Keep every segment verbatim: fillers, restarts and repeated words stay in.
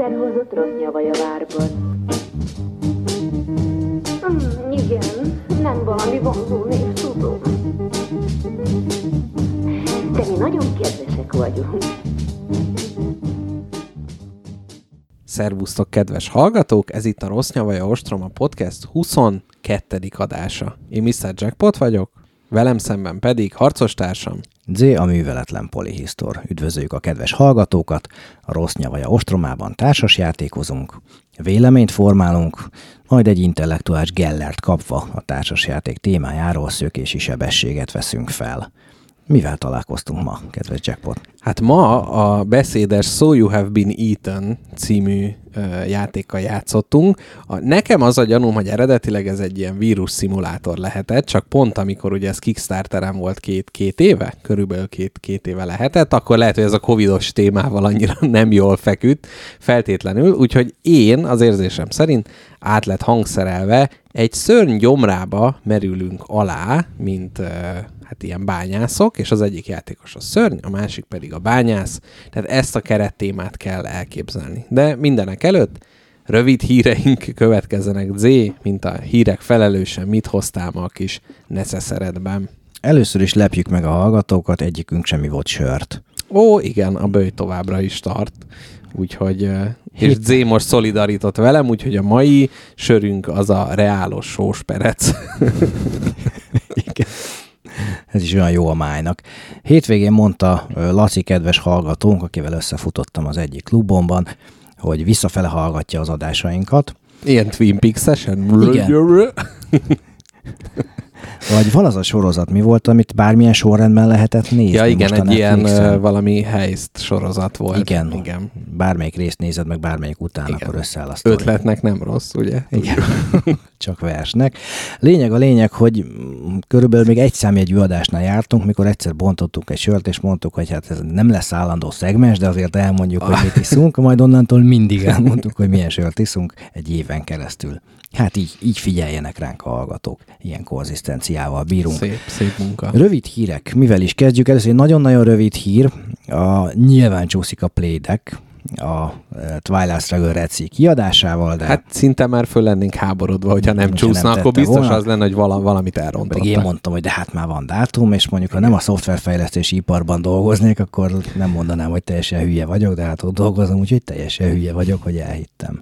herhozott rossz nyavaj a várban. Mm, igen, nem valami vonzó név, tudom. De mi nagyon kedvesek vagyunk. Szervusztok, kedves hallgatók! Ez itt a Rossz Nyavaja Ostroma Podcast huszonkettedik adása. Én miszter Jackpot vagyok, velem szemben pedig harcostársam Z, a műveletlen polihisztor. Üdvözöljük a kedves hallgatókat, a Rossz Nyavaja Ostromában társasjátékozunk, véleményt formálunk, majd egy intellektuális gellert kapva a társasjáték témájáról szökési sebességet veszünk fel. Mivel találkoztunk ma, kedves Jackpot? Hát ma a beszédes So You Have Been Eaten című ö, játékkal játszottunk. A, nekem az a gyanúm, hogy eredetileg ez egy ilyen vírus szimulátor lehetett, csak pont amikor ugye ez Kickstarteren volt két, két éve, körülbelül két, két éve lehetett, akkor lehet, hogy ez a covidos témával annyira nem jól feküdt feltétlenül, úgyhogy én az érzésem szerint át lett hangszerelve, egy szörny gyomrába merülünk alá, mint... Ö, hát ilyen bányászok, és az egyik játékos a szörny, a másik pedig a bányász. Tehát ezt a kerettémát kell elképzelni. De mindenek előtt rövid híreink következzenek. Z, mint a hírek felelőse, mit hoztál ma a kis neszeszeredben? Először is lepjük meg a hallgatókat, egyikünk sem ivott sört. Ó, igen, a böly továbbra is tart. Úgyhogy, és Z most szolidarított velem, úgyhogy a mai sörünk az a reálos sósperec. Igen. Ez is olyan jó a májnak. Hétvégén mondta Laci, kedves hallgatónk, akivel összefutottam az egyik klubomban, hogy visszafele hallgatja az adásainkat. Ilyen Twin Peaks-esen? Igen. Vagy van az a sorozat, mi volt, amit bármilyen sorrendben lehetett nézni? Ja, igen, most egy ilyen uh, valami heist sorozat volt. Igen, igen. Bármelyik részt nézed, meg bármelyik után, igen. Akkor összeáll a sztori. Ötletnek nem rossz, ugye? Igen. Csak versnek. Lényeg a lényeg, hogy körülbelül még egy számjegyű adásnál jártunk, mikor egyszer bontottunk egy sört, és mondtuk, hogy hát ez nem lesz állandó szegmens, de azért elmondjuk, hogy mit iszunk, majd onnantól mindig elmondtuk, hogy milyen sört iszunk egy éven keresztül. Hát így, így figyeljenek ránk a hallgatók. Ilyen konzisztenciával bírunk. Szép, szép munka. Rövid hírek. Mivel is kezdjük? Először egy nagyon-nagyon rövid hír. A, nyilván csúszik a Playdeck a Twilight Struggle Red Sea kiadásával, de... Hát szinte már föl lennénk háborodva, hogyha nem csúszna, nem akkor biztos volna. Az lenne, hogy vala, valamit elrontottak. Pedig én mondtam, hogy de hát már van dátum, és mondjuk, ha nem a szoftverfejlesztési iparban dolgoznék, akkor nem mondanám, hogy teljesen hülye vagyok, de hát ott dolgozom, úgyhogy teljesen hülye vagyok, hogy elhittem.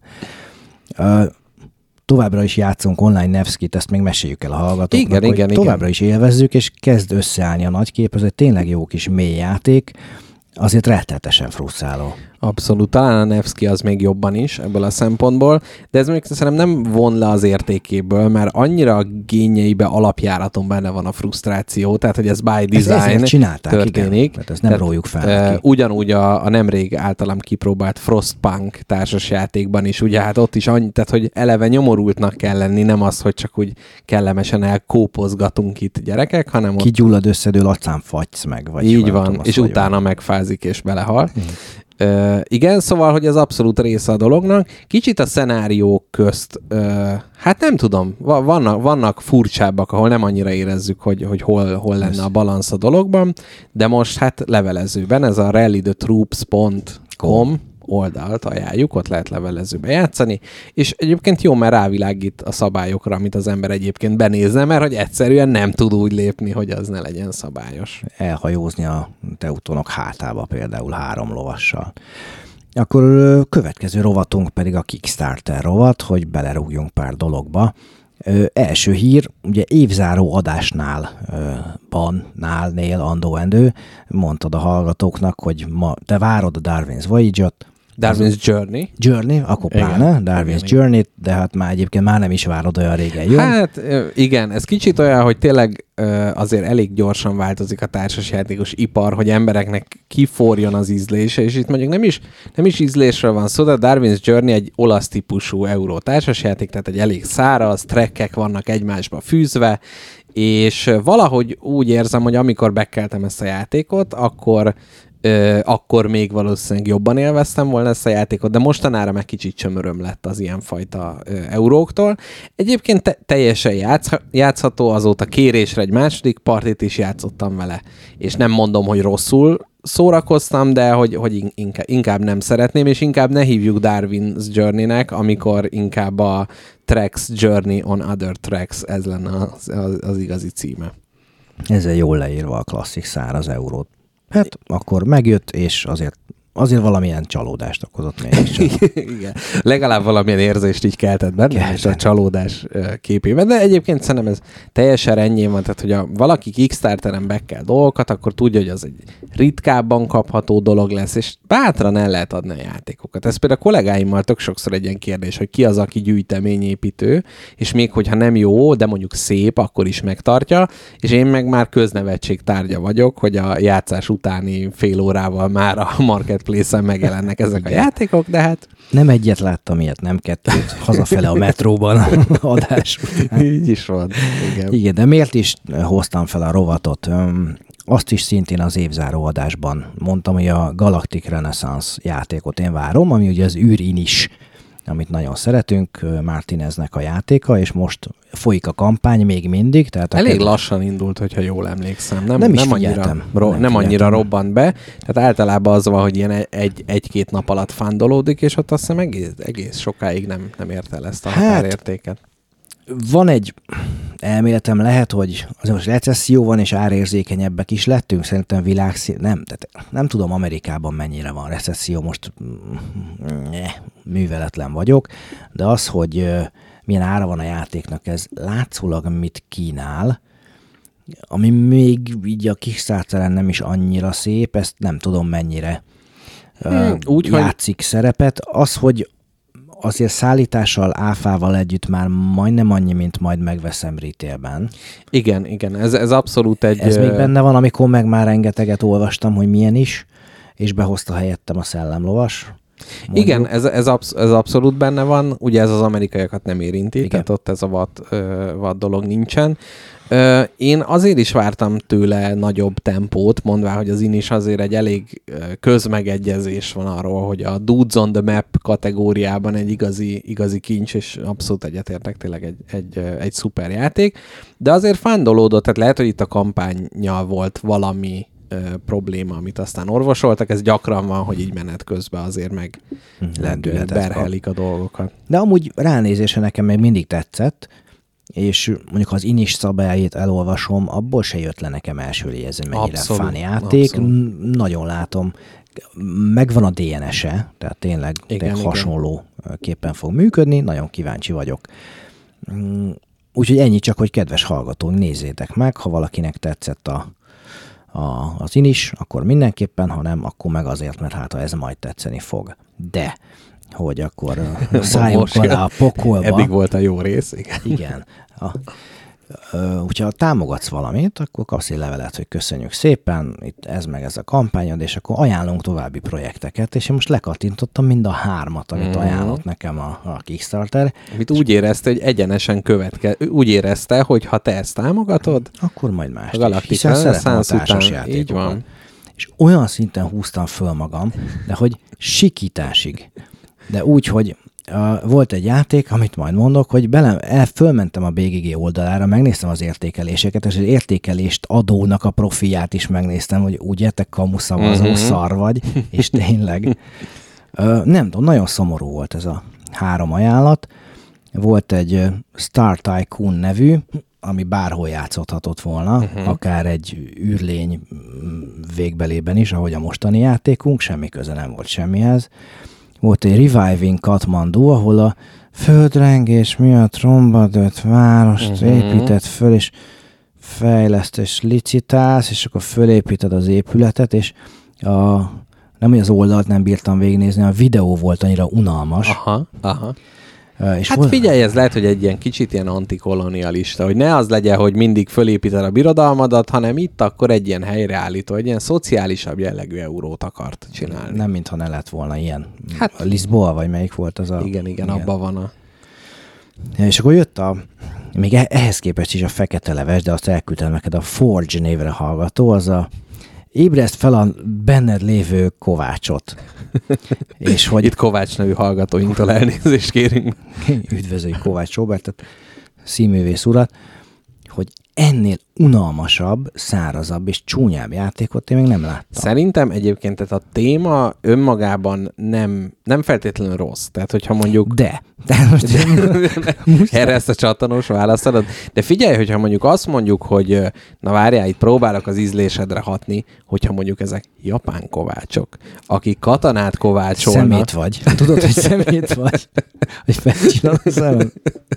Uh, Továbbra is játszunk online Nevskit, ezt még meséljük el a hallgatóknak, igen, igen, továbbra igen. is élvezzük, és kezd összeállni a nagy kép, ez egy tényleg jó kis mély játék, azért rettenetesen frusztráló. Abszolút, talán a Nevsky az még jobban is ebből a szempontból, de ez még szerintem nem von le az értékéből, mert annyira a génjeibe, alapjáraton benne van a frusztráció, tehát hogy ez by design történik. Igen, ezt nem tehát, rójuk fel. Uh, ugyanúgy a, a nemrég általam kipróbált Frostpunk társasjátékban is, ugye hát ott is annyi, tehát hogy eleve nyomorultnak kell lenni, nem az, hogy csak úgy kellemesen elkópozgatunk itt gyerekek, hanem ott... Kigyullad összedől, acán fagysz meg. Vagy így van, és vagyok. Utána megfázik és belehal. Hmm. Uh, igen, szóval, hogy ez abszolút része a dolognak. Kicsit a szenáriók közt, uh, hát nem tudom, vannak, vannak furcsábbak, ahol nem annyira érezzük, hogy, hogy hol, hol lenne a balansz a dologban, de most hát levelezőben, ez a rally the troops pont com oldalt ajánljuk, ott lehet levelezőbe játszani, és egyébként jó, mert rávilágít a szabályokra, amit az ember egyébként benézne, mert hogy egyszerűen nem tud úgy lépni, hogy az ne legyen szabályos. Elhajózni a teutonok hátába például három lovassal. Akkor következő rovatunk pedig a Kickstarter rovat, hogy belerúgjunk pár dologba. Ö, első hír, ugye évzáró adásnál, ö, ban, nál, nél, andó, endő, mondtad a hallgatóknak, hogy ma te várod a Darwin's Voyage-ot, Darwin's Journey. Journey, akkor pláne, Darwin's Journey-t, de hát már egyébként már nem is várod, olyan régen jön. Hát igen, ez kicsit olyan, hogy tényleg azért elég gyorsan változik a társasjátékos ipar, hogy embereknek kiforjon az ízlése, és itt mondjuk nem is, nem is ízlésről van szó, de a Darwin's Journey egy olasz típusú euró társasjáték, tehát egy elég száraz, trekkek vannak egymásba fűzve, és valahogy úgy érzem, hogy amikor bekeltem ezt a játékot, akkor Ö, akkor még valószínűleg jobban élveztem volna ezt a játékot, de mostanára meg kicsit csömöröm lett az ilyenfajta ö, euróktól. Egyébként te- teljesen játsz- játszható, azóta kérésre egy második partit is játszottam vele, és nem mondom, hogy rosszul szórakoztam, de hogy, hogy inkább, inkább nem szeretném, és inkább ne hívjuk Darwin's Journey-nek, amikor inkább a Tracks Journey on Other Tracks, ez lenne az, az, az igazi címe. Ezzel jól leírva a klasszik száraz eurót. Hát akkor megjött, és azért Azért valamilyen csalódást okozott még. Igen. Legalább valamilyen érzést így keltett benne, és a csalódás képében. De egyébként szerintem ez teljesen rendjén van, tehát hogyha valaki Kickstarteren bekkel dolgokat, akkor tudja, hogy az egy ritkábban kapható dolog lesz, és bátran el lehet adni a játékokat. Ez például a kollégáimmal tök sokszor egy ilyen kérdés, hogy ki az, aki gyűjteményépítő, és még hogyha nem jó, de mondjuk szép, akkor is megtartja, és én meg már köznevetség tárgya vagyok, hogy a játszás utáni fél órával már a market Place-en megjelennek ezek a játékok, de hát... Nem egyet láttam ilyet, nem kettőt, hazafele a metróban adás után. Így is van. Igen. Igen, de miért is hoztam fel a rovatot? Azt is szintén az évzáró adásban mondtam, hogy a Galactic Renaissance játékot én várom, ami ugye az űrin is, amit nagyon szeretünk, Martineznek a játéka, és most folyik a kampány még mindig. Tehát Elég kedves... lassan indult, hogyha jól emlékszem. Nem, nem, is nem, annyira, ro- nem, nem annyira robbant be. Tehát általában az van, hogy ilyen egy, egy-két nap alatt fándolódik, és ott azt hiszem egész, egész sokáig nem, nem ért el ezt a hát, határértéket. Van egy elméletem, lehet, hogy azért most recesszió van, és árérzékenyebbek is lettünk, szerintem világszín... Nem, tehát nem tudom Amerikában mennyire van recesszió, most ne, műveletlen vagyok, de az, hogy milyen ára van a játéknak, ez látszólag mit kínál, ami még így a Kickstarteren nem is annyira szép, ezt nem tudom mennyire hmm, úgy, játszik hogy... szerepet. Az, hogy azért szállítással, áfával együtt már majdnem annyi, mint majd megveszem retailben. Igen, igen, ez, ez abszolút egy... Ez még benne van, amikor meg már rengeteget olvastam, hogy milyen is, és behozta helyettem a szellemlovas. Mondjuk. Igen, ez, ez, absz- ez abszolút benne van, ugye ez az amerikaiakat nem érinti, igen. Tehát ott ez a vad, ö, vad dolog nincsen. Ö, én azért is vártam tőle nagyobb tempót, mondván, hogy az in is azért egy elég közmegegyezés van arról, hogy a Dudes on the Map kategóriában egy igazi, igazi kincs, és abszolút egyetértek, tényleg egy, egy, egy szuper játék, de azért fándolódott, tehát lehet, hogy itt a kampánnyal volt valami Ö, probléma, amit aztán orvosoltak, ez gyakran van, hogy így menet közben azért meg berhelik a dolgokat. De amúgy ránézése nekem még mindig tetszett, és mondjuk ha az in is szabályait elolvasom, abból se jött le nekem első ez mennyire fán játék. Abszolút. Nagyon látom, megvan a dé en es-e, tehát tényleg, igen, tényleg hasonló képpen fog működni, nagyon kíváncsi vagyok. Úgyhogy ennyi csak, hogy kedves hallgatók, nézzétek meg, ha valakinek tetszett a A, az in is, akkor mindenképpen, ha nem, akkor meg azért, mert hát ha ez majd tetszeni fog. De, hogy akkor szálljunk alá a pokolba. Eddig volt a jó rész, igen. Igen. A, ö, hogyha támogatsz valamit, akkor kapsz egy levelet, hogy köszönjük szépen, itt ez meg ez a kampányod, és akkor ajánlunk további projekteket, és én most lekattintottam mind a hármat, amit mm. ajánlott nekem a, a Kickstarter. Amit úgy érezte, hogy egyenesen követke. Úgy érezte, hogy ha te ezt támogatod, akkor majd más. A Galactic Renaissance után, így van. És olyan szinten húztam föl magam, de hogy sikításig. De úgy, hogy Uh, volt egy játék, amit majd mondok, hogy bele, el, fölmentem a bé gé gé oldalára, megnéztem az értékeléseket, és az értékelést adónak a profilját is megnéztem, hogy ugye te kamuszavazó uh-huh. szar vagy, és tényleg. Uh, nem tudom, nagyon szomorú volt ez a három ajánlat. Volt egy uh, Star Tycoon nevű, ami bárhol játszódhatott volna, uh-huh. akár egy űrlény végbelében is, ahogy a mostani játékunk, semmi köze nem volt semmihez. Volt egy Reviving Kathmandu, ahol a földrengés miatt rombadott várost uh-huh. épített föl, és fejleszt, és licitálsz, és akkor fölépíted az épületet, és a, nem, hogy az oldalt nem bírtam végignézni, a videó volt annyira unalmas. Aha, aha. Uh, és hát hol... figyelj, ez lehet, hogy egy ilyen kicsit ilyen antikolonialista, hogy ne az legyen, hogy mindig fölépíted a birodalmadat, hanem itt akkor egy ilyen helyreállító, egy ilyen szociálisabb jellegű eurót akart csinálni. Nem, mintha ne lett volna ilyen. Hát, a Lisboa, vagy melyik volt az a... Igen, igen, igen. Abban van a... És akkor jött a... Még ehhez képest is a fekete leves, de azt elküldtem neked a Forge névre hallgató, az a ébreszt fel a benned lévő Kovácsot. És hogy... Itt Kovács nevű hallgatóinktól elnézést kérünk. Üdvözöljük Kovács Robertet, színművész urat, hogy ennél unalmasabb, szárazabb és csúnyább játékot én még nem láttam. Szerintem egyébként tehát a téma önmagában nem, nem feltétlenül rossz. Tehát, hogyha mondjuk... De. de most de erre ezt a csatanós választod. De figyelj, hogyha mondjuk azt mondjuk, hogy na várjál, itt próbálok az ízlésedre hatni, hogyha mondjuk ezek japán kovácsok, akik katanát kovácsolnak. Szemét vagy. Tudod, hogy szemét vagy. Hogy felcsinálod a szemet.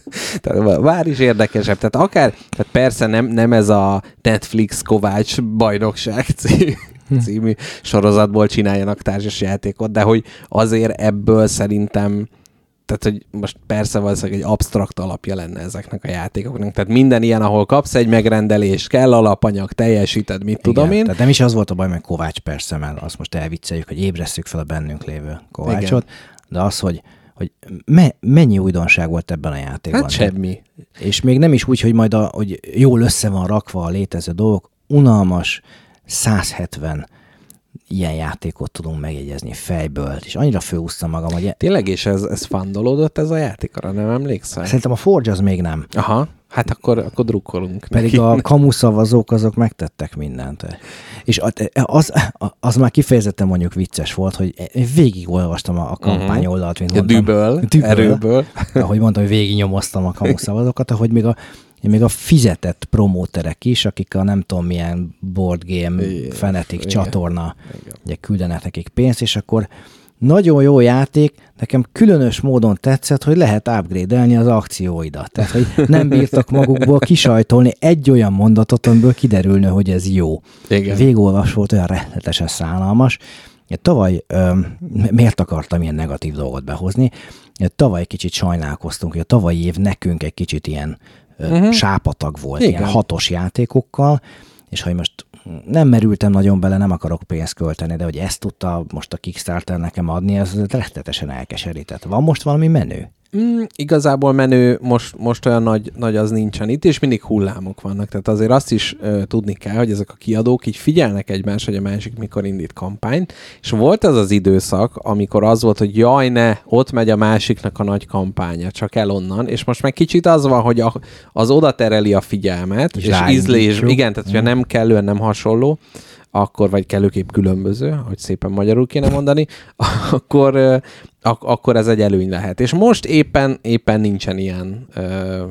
Tehát vár is érdekesebb. Tehát akár, tehát persze nem, nem ez a Netflix Kovács bajnokság című, című sorozatból csináljanak társas játékot, de hogy azért ebből szerintem, tehát hogy most persze valószínűleg egy absztrakt alapja lenne ezeknek a játékoknak. Tehát minden ilyen, ahol kapsz egy megrendelést, kell alapanyag, teljesíted, mit tudom Igen, én. Tehát nem is az volt a baj, mert Kovács persze, mert azt most elvicceljük, hogy ébresszük fel a bennünk lévő Kovácsot, igen. De az, hogy hogy me, mennyi újdonság volt ebben a játékban. Hát semmi. És még nem is úgy, hogy majd a, hogy jól össze van rakva a létező dolgok, unalmas száz hetven ilyen játékot tudunk megjegyezni fejből, és annyira fölhúztam magam, hogy... Tényleg, és ez, ez fandolódott ez a játék, arra nem emlékszel? Szerintem a Forge az még nem. Aha, hát akkor, akkor drukkolunk. Pedig neki. A kamuszavazók azok megtettek mindent. És az, az már kifejezetten mondjuk vicces volt, hogy végigolvastam a kampány oldalt, mint mondtam. Düböl, Düböl, erőből. Ahogy mondtam, hogy végignyomoztam a kamuszavazókat, ahogy még a még a fizetett promóterek is, akik a nem tudom milyen board game igen, fanatic igen, csatorna igen. Ugye küldenek nekik pénzt, és akkor nagyon jó játék, nekem különös módon tetszett, hogy lehet upgrade-elni az akcióidat. Tehát, hogy nem bírtak magukból kisajtolni egy olyan mondatot, amiből kiderülne, hogy ez jó. Végolvas volt, olyan rettenetesen szánalmas. Tavaly ö, miért akartam ilyen negatív dolgot behozni? Tavaly kicsit sajnálkoztunk, hogy a tavalyi év nekünk egy kicsit ilyen uh-huh. sápatag volt, igen. Ilyen hatos játékokkal, és hogy most nem merültem nagyon bele, nem akarok pénzt költeni, de hogy ezt tudta most a Kickstarter nekem adni, ez rettetesen elkeserített. Van most valami menő? Mm, igazából menő most, most olyan nagy, nagy az nincsen itt, és mindig hullámok vannak. Tehát azért azt is uh, tudni kell, hogy ezek a kiadók így figyelnek egymás, hogy a másik mikor indít kampányt, és volt az az időszak, amikor az volt, hogy jaj ne, ott megy a másiknak a nagy kampánya, csak el onnan, és most meg kicsit az van, hogy a, az oda tereli a figyelmet, és, és ízlés, igen, tehát hogyha nem kellően nem hasonló, akkor, vagy kellőképp különböző, hogy szépen magyarul kéne mondani, akkor, ak- akkor ez egy előny lehet. És most éppen, éppen nincsen ilyen, ö,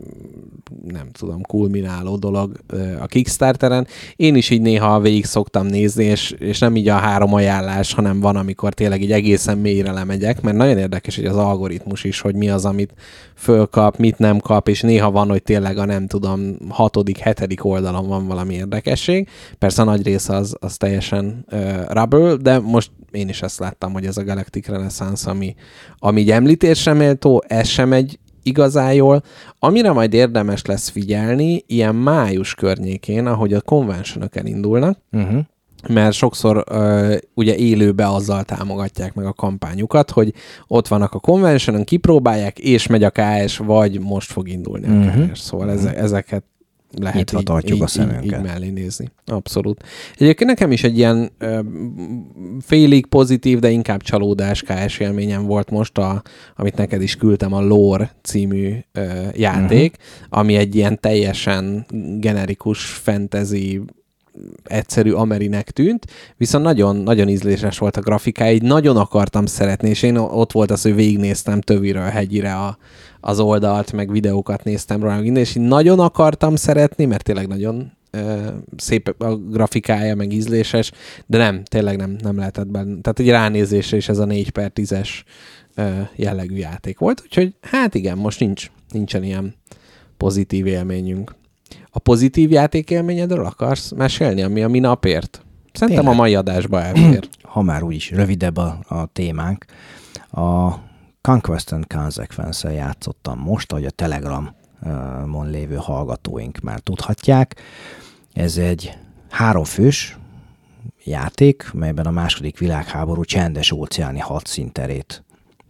nem tudom, kulmináló dolog ö, a Kickstarteren. Én is így néha végig szoktam nézni, és, és nem így a három ajánlás, hanem van, amikor tényleg így egészen mélyre lemegyek, mert nagyon érdekes, hogy az algoritmus is, hogy mi az, amit fölkap, mit nem kap, és néha van, hogy tényleg a nem tudom, hatodik, hetedik oldalon van valami érdekesség. Persze a nagy része az, az teljesen uh, rubble, de most én is ezt láttam, hogy ez a Galactic Renaissance, ami, ami így említésre méltó, ez sem egy igazán jól. Amire majd érdemes lesz figyelni, ilyen május környékén, ahogy a conventionöken indulnak, uh-huh. mert sokszor uh, ugye élőbe azzal támogatják meg a kampányukat, hogy ott vannak a conventionön, kipróbálják, és megy a ká es, vagy most fog indulni a uh-huh. ká es. Szóval uh-huh. eze- ezeket lehet Nyitva így, tartjuk így, a szemünket. Így, így mellé nézni. Abszolút. Egyébként nekem is egy ilyen ö, félig pozitív, de inkább csalódás ká es élményem volt most, a, amit neked is küldtem, a Lore című ö, játék, uh-huh. ami egy ilyen teljesen generikus fantasy egyszerű amerinek tűnt, viszont nagyon, nagyon ízléses volt a grafikája, így nagyon akartam szeretni, és én ott volt az, hogy végignéztem töviről hegyire a, az oldalt, meg videókat néztem róla, és így nagyon akartam szeretni, mert tényleg nagyon ö, szép a grafikája, meg ízléses, de nem, tényleg nem, nem lehetett benne. Tehát egy ránézésre is ez a négy per tízes ö, jellegű játék volt, úgyhogy hát igen, most nincs, nincsen ilyen pozitív élményünk. A pozitív játékélményedről akarsz mesélni, ami a mi napért? Szerintem tényleg a mai adásba elfér. Ha már úgyis rövidebb a, a témánk, a Conquest and Consequence-el játszottam most, ahogy a Telegramon lévő hallgatóink már tudhatják. Ez egy háromfős játék, melyben a második világháború csendes óceáni hadszínterét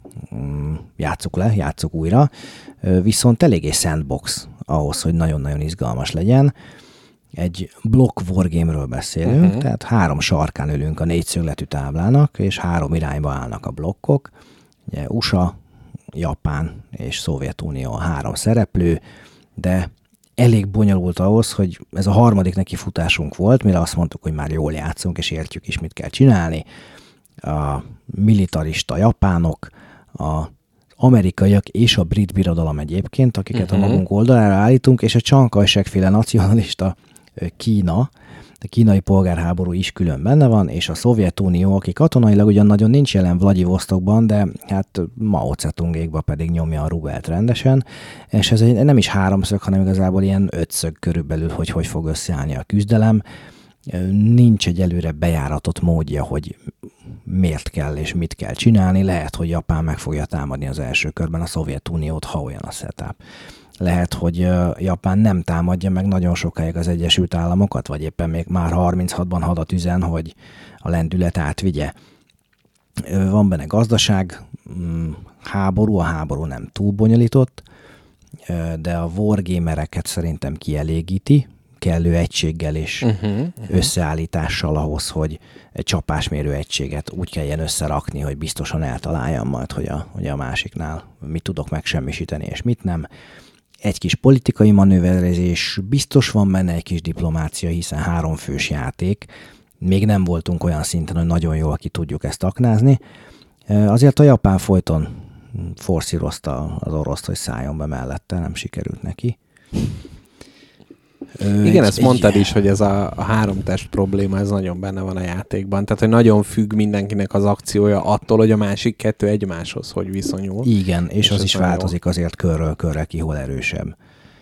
játsszuk le, játsszuk újra, viszont eléggé sandbox ahhoz, hogy nagyon-nagyon izgalmas legyen. Egy block wargame-ről beszélünk, uh-huh. tehát három sarkán ülünk a négyszögletű táblának, és három irányba állnak a blokkok. Ugye u es á, Japán és Szovjetunió a három szereplő, de elég bonyolult ahhoz, hogy ez a harmadik neki futásunk volt, mire azt mondtuk, hogy már jól játszunk, és értjük is, mit kell csinálni. A militarista japánok, a amerikaiak és a brit birodalom egyébként, akiket uh-huh. a magunk oldalára állítunk, és a Chiang Kai-shek-féle nacionalista Kína, a kínai polgárháború is külön benne van, és a Szovjetunió, aki katonailag ugyan nagyon nincs jelen Vladivostokban, de hát Mao Zedongékba pedig nyomja a rubelt rendesen, és ez egy, nem is háromszög, hanem igazából ilyen ötszög körülbelül, hogy hogy fog összeállni a küzdelem. Nincs egy előre bejáratott módja, hogy miért kell és mit kell csinálni. Lehet, hogy Japán meg fogja támadni az első körben a Szovjetuniót, ha olyan a setup. Lehet, hogy Japán nem támadja meg nagyon sokáig az Egyesült Államokat, vagy éppen még már harminchatban hadat üzen, hogy a lendület átvigye. Van benne gazdaság, háború, a háború nem túl bonyolított, de a wargamereket szerintem kielégíti, kellő egységgel és uh-huh, uh-huh. összeállítással ahhoz, hogy egy csapásmérő egységet úgy kelljen összerakni, hogy biztosan eltaláljam majd, hogy a, hogy a másiknál mit tudok megsemmisíteni és mit nem. Egy kis politikai manőverezés, biztos van benne egy kis diplomácia, hiszen háromfős játék. Még nem voltunk olyan szinten, hogy nagyon jól ki tudjuk ezt aknázni. Azért a japán folyton forszírozta az oroszt, hogy szálljon be mellette, nem sikerült neki. Igen, egy, ezt mondtad is, hogy ez a, a három test probléma, ez nagyon benne van a játékban. Tehát, hogy nagyon függ mindenkinek az akciója attól, hogy a másik kettő egymáshoz hogy viszonyul. Igen, és, és az is változik jó. Azért körről körre ki, hol erősebb.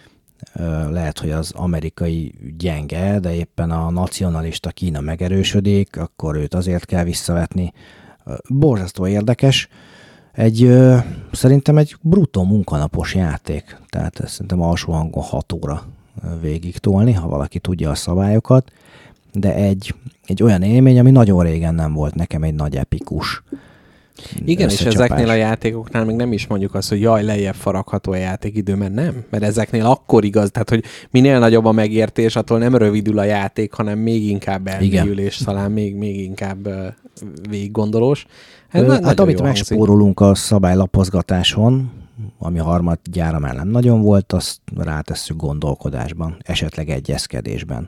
Lehet, hogy az amerikai gyenge, de éppen a nacionalista Kína megerősödik, akkor őt azért kell visszavetni. Borzasztó érdekes. Egy, szerintem egy bruttó munkanapos játék. Tehát ez szerintem alsó hangon hat óra végig tolni, ha valaki tudja a szabályokat, de egy, egy olyan élmény, ami nagyon régen nem volt nekem egy nagy epikus Igen, és ezeknél a játékoknál még nem is mondjuk azt, hogy jaj, lejjebb faragható a játékidő, mert nem. Mert ezeknél akkor igaz, tehát hogy minél nagyobb a megértés, attól nem rövidül a játék, hanem még inkább elmélyül, és talán még, még inkább uh, végiggondolós. Hát, Ö, hát amit megspórolunk a szabálylapozgatáson, ami harmadjára már nem nagyon volt, azt rátesszük gondolkodásban, esetleg egyezkedésben.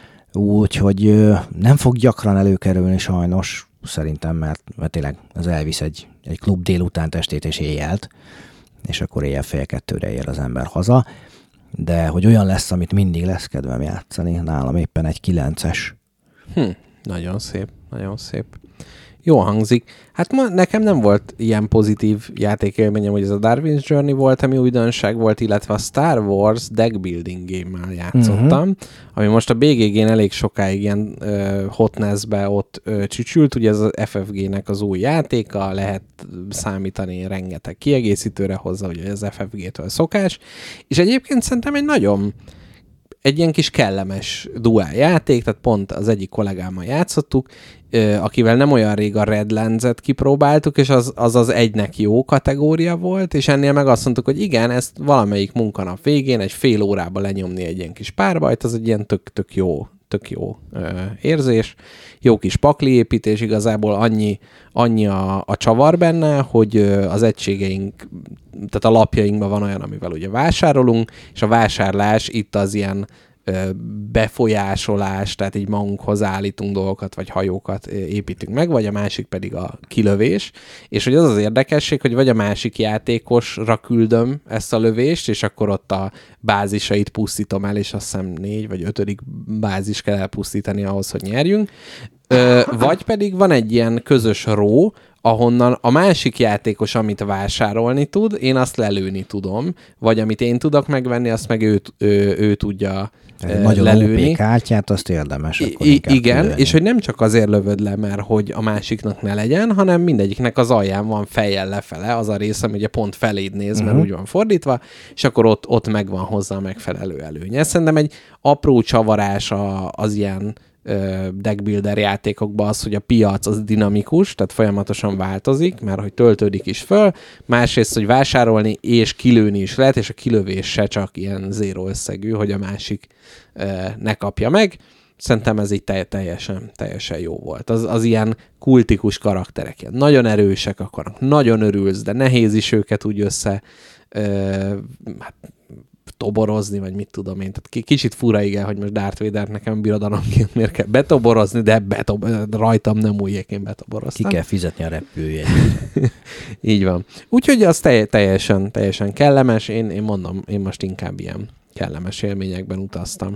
Úgyhogy nem fog gyakran előkerülni sajnos, szerintem, mert, mert tényleg ez elvisz egy, egy klub délután estét és éjjelt, és akkor éjjel fél kettőre ér az ember haza, de hogy olyan lesz, amit mindig lesz kedvem játszani, nálam éppen egy kilences. Hm, nagyon szép, nagyon szép. Jó hangzik. Hát ma nekem nem volt ilyen pozitív játékélményem, hogy ez a Darwin's Journey volt, ami újdonság volt, illetve a Star Wars deckbuilding game-mel játszottam, uh-huh. ami most a bé gé gén elég sokáig ilyen uh, hotnessbe ott uh, csücsült, ugye ez az ef ef gének az új játéka, lehet számítani rengeteg kiegészítőre hozzá, ugye ez ef ef gétől szokás, és egyébként szerintem egy nagyon egy ilyen kis kellemes duál játék, tehát pont az egyik kollégámmal játszottuk, akivel nem olyan rég a Redlands-et kipróbáltuk, és az, az az egynek jó kategória volt, és ennél meg azt mondtuk, hogy igen, ezt valamelyik munkanap végén egy fél órába lenyomni egy ilyen kis párbajt, az egy ilyen tök, tök jó, tök jó ö, érzés, jó kis pakliépítés, igazából annyi, annyi a, a csavar benne, hogy ö, az egységeink, tehát a lapjainkban van olyan, amivel ugye vásárolunk, és a vásárlás itt az ilyen befolyásolás, tehát így magunkhoz állítunk dolgokat, vagy hajókat építünk meg, vagy a másik pedig a kilövés, és hogy az az érdekesség, hogy vagy a másik játékosra küldöm ezt a lövést, és akkor ott a bázisait pusztítom el, és azt hiszem négy vagy ötödik bázis kell elpusztítani ahhoz, hogy nyerjünk, vagy pedig van egy ilyen közös ró, ahonnan a másik játékos, amit vásárolni tud, én azt lelőni tudom, vagy amit én tudok megvenni, azt meg ő, ő, ő tudja nagyon lelőni. Nagyon kártyát, azt érdemes. Akkor I- igen, lőni. És hogy nem csak azért lövöd le, mert hogy a másiknak ne legyen, hanem mindegyiknek az alján van fejjel lefele, az a rész, ami ugye pont feléd néz, mert uh-huh. úgy van fordítva, és akkor ott, ott megvan hozzá a megfelelő előnye. Szerintem egy apró csavarás a, az ilyen deckbuilder játékokban az, hogy a piac az dinamikus, tehát folyamatosan változik, mert hogy töltődik is föl, másrészt, hogy vásárolni és kilőni is lehet, és a kilövés se csak ilyen zéró összegű, hogy a másik ne kapja meg. Szerintem ez így teljesen, teljesen jó volt. Az, az ilyen kultikus karakterek, ilyen nagyon erősek akarnak, nagyon örülsz, de nehéz is őket úgy össze, hát, toborozni, vagy mit tudom én. Tehát kicsit fura, igen, hogy most Darth Vader nekem birodalomként miért kell betoborozni, de betob- rajtam nem újjék, én betoboroztam. Ki kell fizetni a repülőjét. Így van. Úgyhogy az telj- teljesen, teljesen kellemes. Én, én mondom, én most inkább ilyen kellemes élményekben utaztam.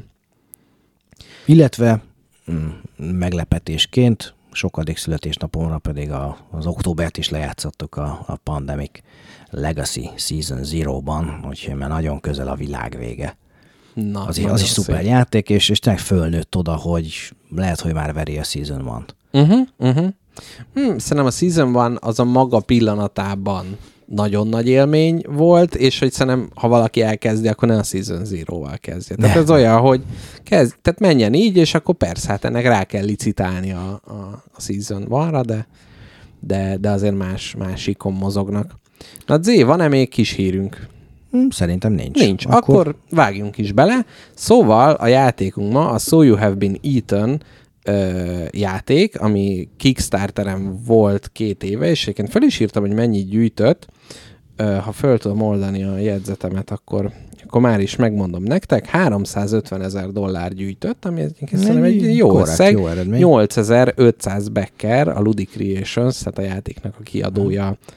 Illetve mm, meglepetésként sokadik születésnapomra pedig a, az októbert is lejátszottuk a, a Pandemic Legacy Season Zero-ban, úgyhogy már nagyon közel a világ vége. Na, az, az is szuper szép játék, és, és tényleg fölnőtt oda, hogy lehet, hogy már veri a Season One-t. Uh-huh, uh-huh. Hmm, szerintem a Season One az a maga pillanatában nagyon nagy élmény volt, és hogy szerintem, ha valaki elkezdi, akkor ne a Season Zero-val kezdje. Tehát ne. Ez olyan, hogy kezd, tehát menjen így, és akkor persze, hát ennek rá kell licitálni a, a, a Season One-ra, de, de, de azért más, más ikon mozognak. Na Zé, van-e még kis hírünk? Szerintem nincs. Nincs. Akkor... akkor vágjunk is bele. Szóval a játékunk ma a So You Have Been Eaten ö, játék, ami Kickstarteren volt két éve, és egyébként fel is írtam, hogy mennyit gyűjtött. Ö, ha föl tudom oldani a jegyzetemet, akkor, akkor már is megmondom nektek. háromszázötven ezer dollár gyűjtött, ami szerintem egy jó korrekt, összeg. jó eredmény. nyolcezer-ötszáz backer, a Ludi Creations, tehát a játéknak a kiadója, hmm.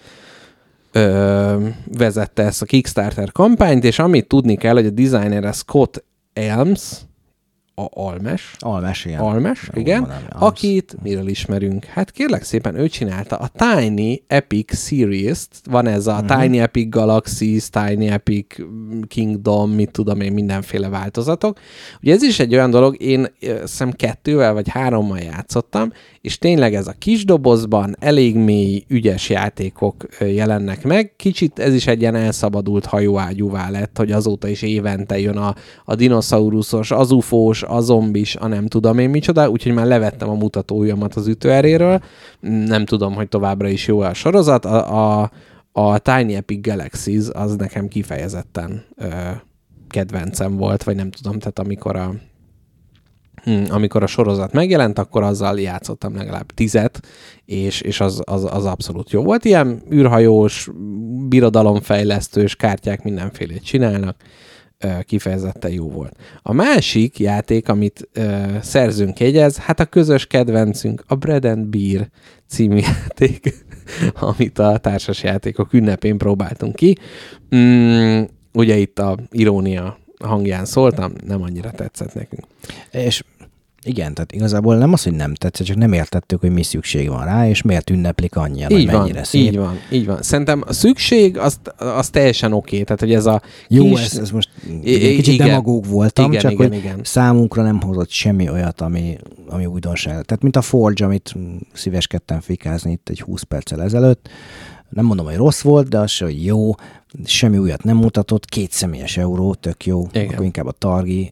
Ö, vezette ezt a Kickstarter kampányt, és amit tudni kell, hogy a designer Scott Elms, a Almes. Almes, igen. Almes, Jó, igen. van, Akit miről ismerünk? Hát kérlek szépen, ő csinálta a Tiny Epic Series-t. Van ez a uh-huh. Tiny Epic Galaxies, Tiny Epic Kingdom, mit tudom én, mindenféle változatok. Ugye ez is egy olyan dolog, én szem kettővel vagy hárommal játszottam, és tényleg ez a kis dobozban elég mély, ügyes játékok jelennek meg. Kicsit ez is egy ilyen elszabadult hajóágyúvá lett, hogy azóta is évente jön a, a dinoszauruszos, az ufós, a zombis, a nem tudom én micsoda, úgyhogy már levettem a mutatóujjamat az ütőeréről. Nem tudom, hogy továbbra is jó a sorozat. A, a, a Tiny Epic Galaxies az nekem kifejezetten ö, kedvencem volt, vagy nem tudom, tehát amikor a Hmm, amikor a sorozat megjelent, akkor azzal játszottam legalább tizet, és, és az, az, az abszolút jó volt. Ilyen űrhajós, birodalomfejlesztős kártyák mindenfélét csinálnak, kifejezetten jó volt. A másik játék, amit ö, szerzőnk jegyez, hát a közös kedvencünk, a Bread and Beer című játék, amit a társasjátékok ünnepén próbáltunk ki. Mm, ugye itt a irónia hangján szóltam, nem annyira tetszett nekünk. És igen, tehát igazából nem az, hogy nem tetszett, csak nem értettük, hogy mi szükség van rá, és miért ünneplik annyian, hogy mennyire van, szép. Így van, így van. Szerintem a szükség az, az teljesen oké, okay. Tehát hogy ez a jó, kis... ez, ez most I- kicsit igen, demagóg voltam, igen, csak igen, hogy igen. számunkra nem hozott semmi olyat, ami, ami újdonság. Tehát mint a Forge, amit szíveskedtem fikázni itt egy húsz perccel ezelőtt. Nem mondom, hogy rossz volt, de az se, hogy jó, semmi újat nem mutatott, két személyes euró, tök jó, igen. Akkor inkább a Targi.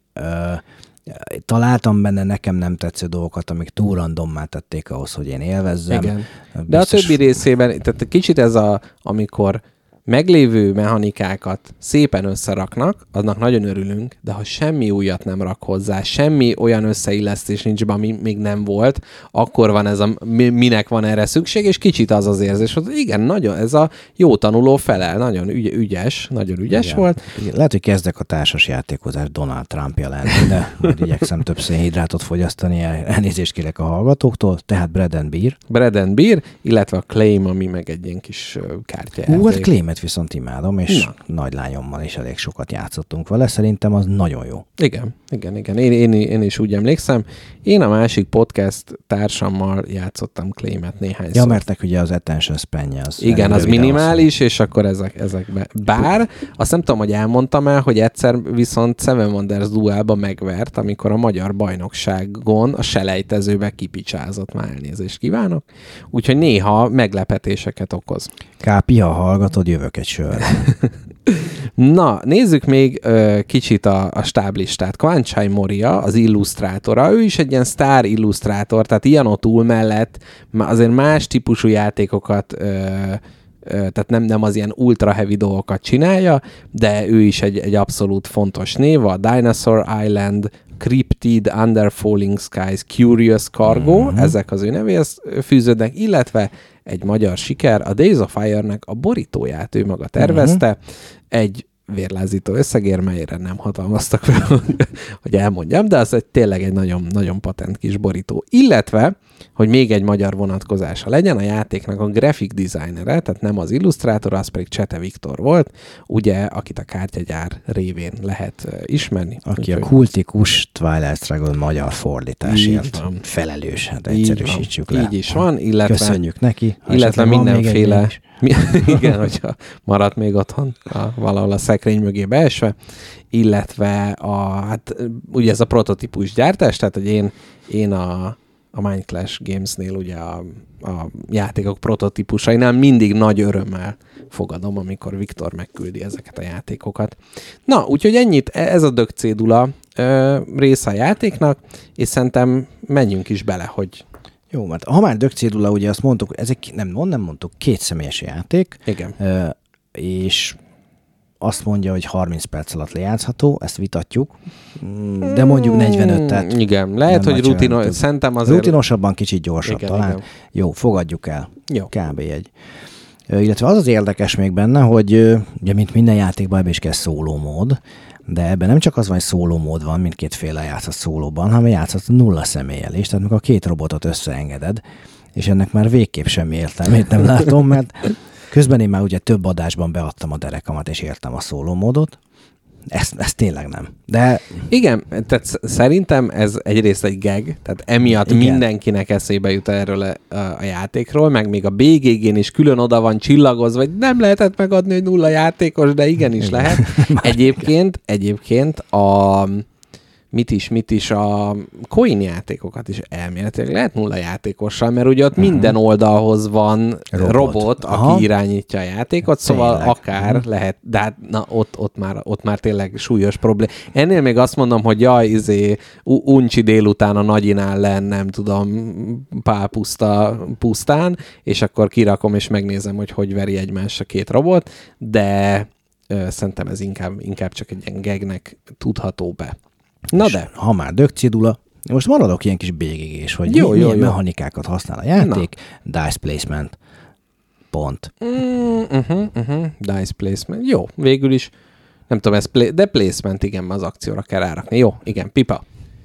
Találtam benne nekem nem tetsző dolgokat, amik túl randommá tették ahhoz, hogy én élvezzem. Igen. De biztos... a többi részében, tehát kicsit ez a, amikor meglévő mechanikákat szépen összeraknak, aznak nagyon örülünk, de ha semmi újat nem rak hozzá, semmi olyan összeillesztés nincs, ami még nem volt, akkor van ez a, minek van erre szükség, és kicsit az az érzés, hogy igen, nagyon, ez a jó tanuló felel, nagyon ügy, ügyes, nagyon ügyes igen. volt. Lehet, hogy kezdek a társas játékozás Donald Trumpja lenni, de majd igyekszem több szénhidrátot fogyasztani, elnézést kérek a hallgatóktól, tehát Bread and Beer. Bread and Beer, illetve a Claim, ami meg egy ilyen kis kártyajáték. Hú, hát Claimet viszont imádom, és Na. nagylányommal is elég sokat játszottunk vele, szerintem az nagyon jó. Igen, igen, igen. Én, én, én is úgy emlékszem. Én a másik podcast társammal játszottam Claimet néhányszor. Ja, mert ugye az attention span-je az... Igen, az minimális, és akkor ezek, ezekbe. Bár azt nem tudom, hogy elmondtam el, hogy egyszer viszont Seven Wonders Duelba megvert, amikor a magyar bajnokságon a selejtezőbe kipicsázott, már elnézést kívánok. Úgyhogy néha meglepetéseket okoz. Kápi, ha hallgatod, jövök egy sörre. Na, nézzük még ö, kicsit a, a stáblistát. Kwanchai Moria, az illusztrátora, ő is egy ilyen sztár illusztrátor, tehát Ian O'Toole mellett azért más típusú játékokat, ö, ö, tehát nem, nem az ilyen ultra heavy dolgokat csinálja, de ő is egy, egy abszolút fontos név, a Dinosaur Island, Cryptid, Under Falling Skies, Curious Cargo, mm-hmm. ezek az ő nevéhez fűződnek, illetve egy magyar siker, a Days of Fire-nek a borítóját ő maga tervezte, uh-huh. egy vérlázító összegér, melyre nem hatalmaztak fel, hogy, hogy elmondjam, de az egy tényleg egy nagyon, nagyon patent kis borító. Illetve, hogy még egy magyar vonatkozása legyen, a játéknak a graphic designere, tehát nem az illusztrátor, az pedig Csete Viktor volt, ugye, akit a kártyagyár révén lehet ismerni. Aki úgy, a kultikus Twilight Struggle magyar fordításért felelős, hát egyszerűsítsük le. Így is van, illetve... Köszönjük neki. Illetve mindenféle... Igen, hogyha maradt még otthon a, valahol a szekrény mögé beesve, illetve a, hát ugye ez a prototípus gyártás, tehát hogy én, én a, a Mind Clash Games-nél ugye a, a játékok prototípusainál mindig nagy örömmel fogadom, amikor Viktor megküldi ezeket a játékokat. Na, úgyhogy ennyit, ez a dögcédula ö, része a játéknak, és szerintem menjünk is bele, hogy jó, mert ha már dögcédula, ugye azt mondtuk, ezek nem, nem mondtuk, két személyes játék. Igen. És azt mondja, hogy harminc perc alatt lejátszható, ezt vitatjuk, de mondjuk negyvenöt, tehát igen, lehet, hogy rutinos, szerintem azért... Rutinosabban kicsit gyorsabb igen, talán. Igen. Jó, fogadjuk el. Jó. Kb. Egy. Illetve az az érdekes még benne, hogy ugye mint minden játékban ebben is kell szóló mód, de ebben nem csak az van, hogy szóló mód van, mindkétféle játszat szólóban, hanem játszat nulla személlyel is, tehát amikor a két robotot összeengeded, és ennek már végképp semmi értelmét nem látom, mert közben én már ugye több adásban beadtam a derekamat, és értem a szóló módot. Ezt, ezt tényleg nem. De... Igen, tehát szerintem ez egyrészt egy gag, tehát emiatt igen. Mindenkinek eszébe jut erről a, a játékról, meg még a bé gé gén is külön oda van csillagozva, vagy nem lehetett megadni, hogy nulla játékos, de igenis igen. Lehet. Egyébként, egyébként a... mit is, mit is a coin játékokat is elméletileg lehet nulla játékossal, mert ugye ott uh-huh. minden oldalhoz van robot, robot aki aha. irányítja a játékot, szóval tényleg. Akár uh-huh. lehet, de hát na, ott, ott, már, ott már tényleg súlyos probléma. Ennél még azt mondom, hogy jaj, izé, uncsi délután a nagyinál len, nem tudom, pál puszta, pusztán, és akkor kirakom és megnézem, hogy hogy veri egymást a két robot, de ö, szerintem ez inkább, inkább csak egy ilyen gagnek tudható be. Na és de. Ha már dögcédula, most maradok ilyen kis bé gé gés, hogy jó, mi, jó, milyen jó. mechanikákat használ a játék, na. Dice placement, pont. Mm, uh-huh, uh-huh. Dice placement, jó, végül is, nem tudom, ez play, de placement, igen, az akcióra kell rárakni. Jó, igen, pipa.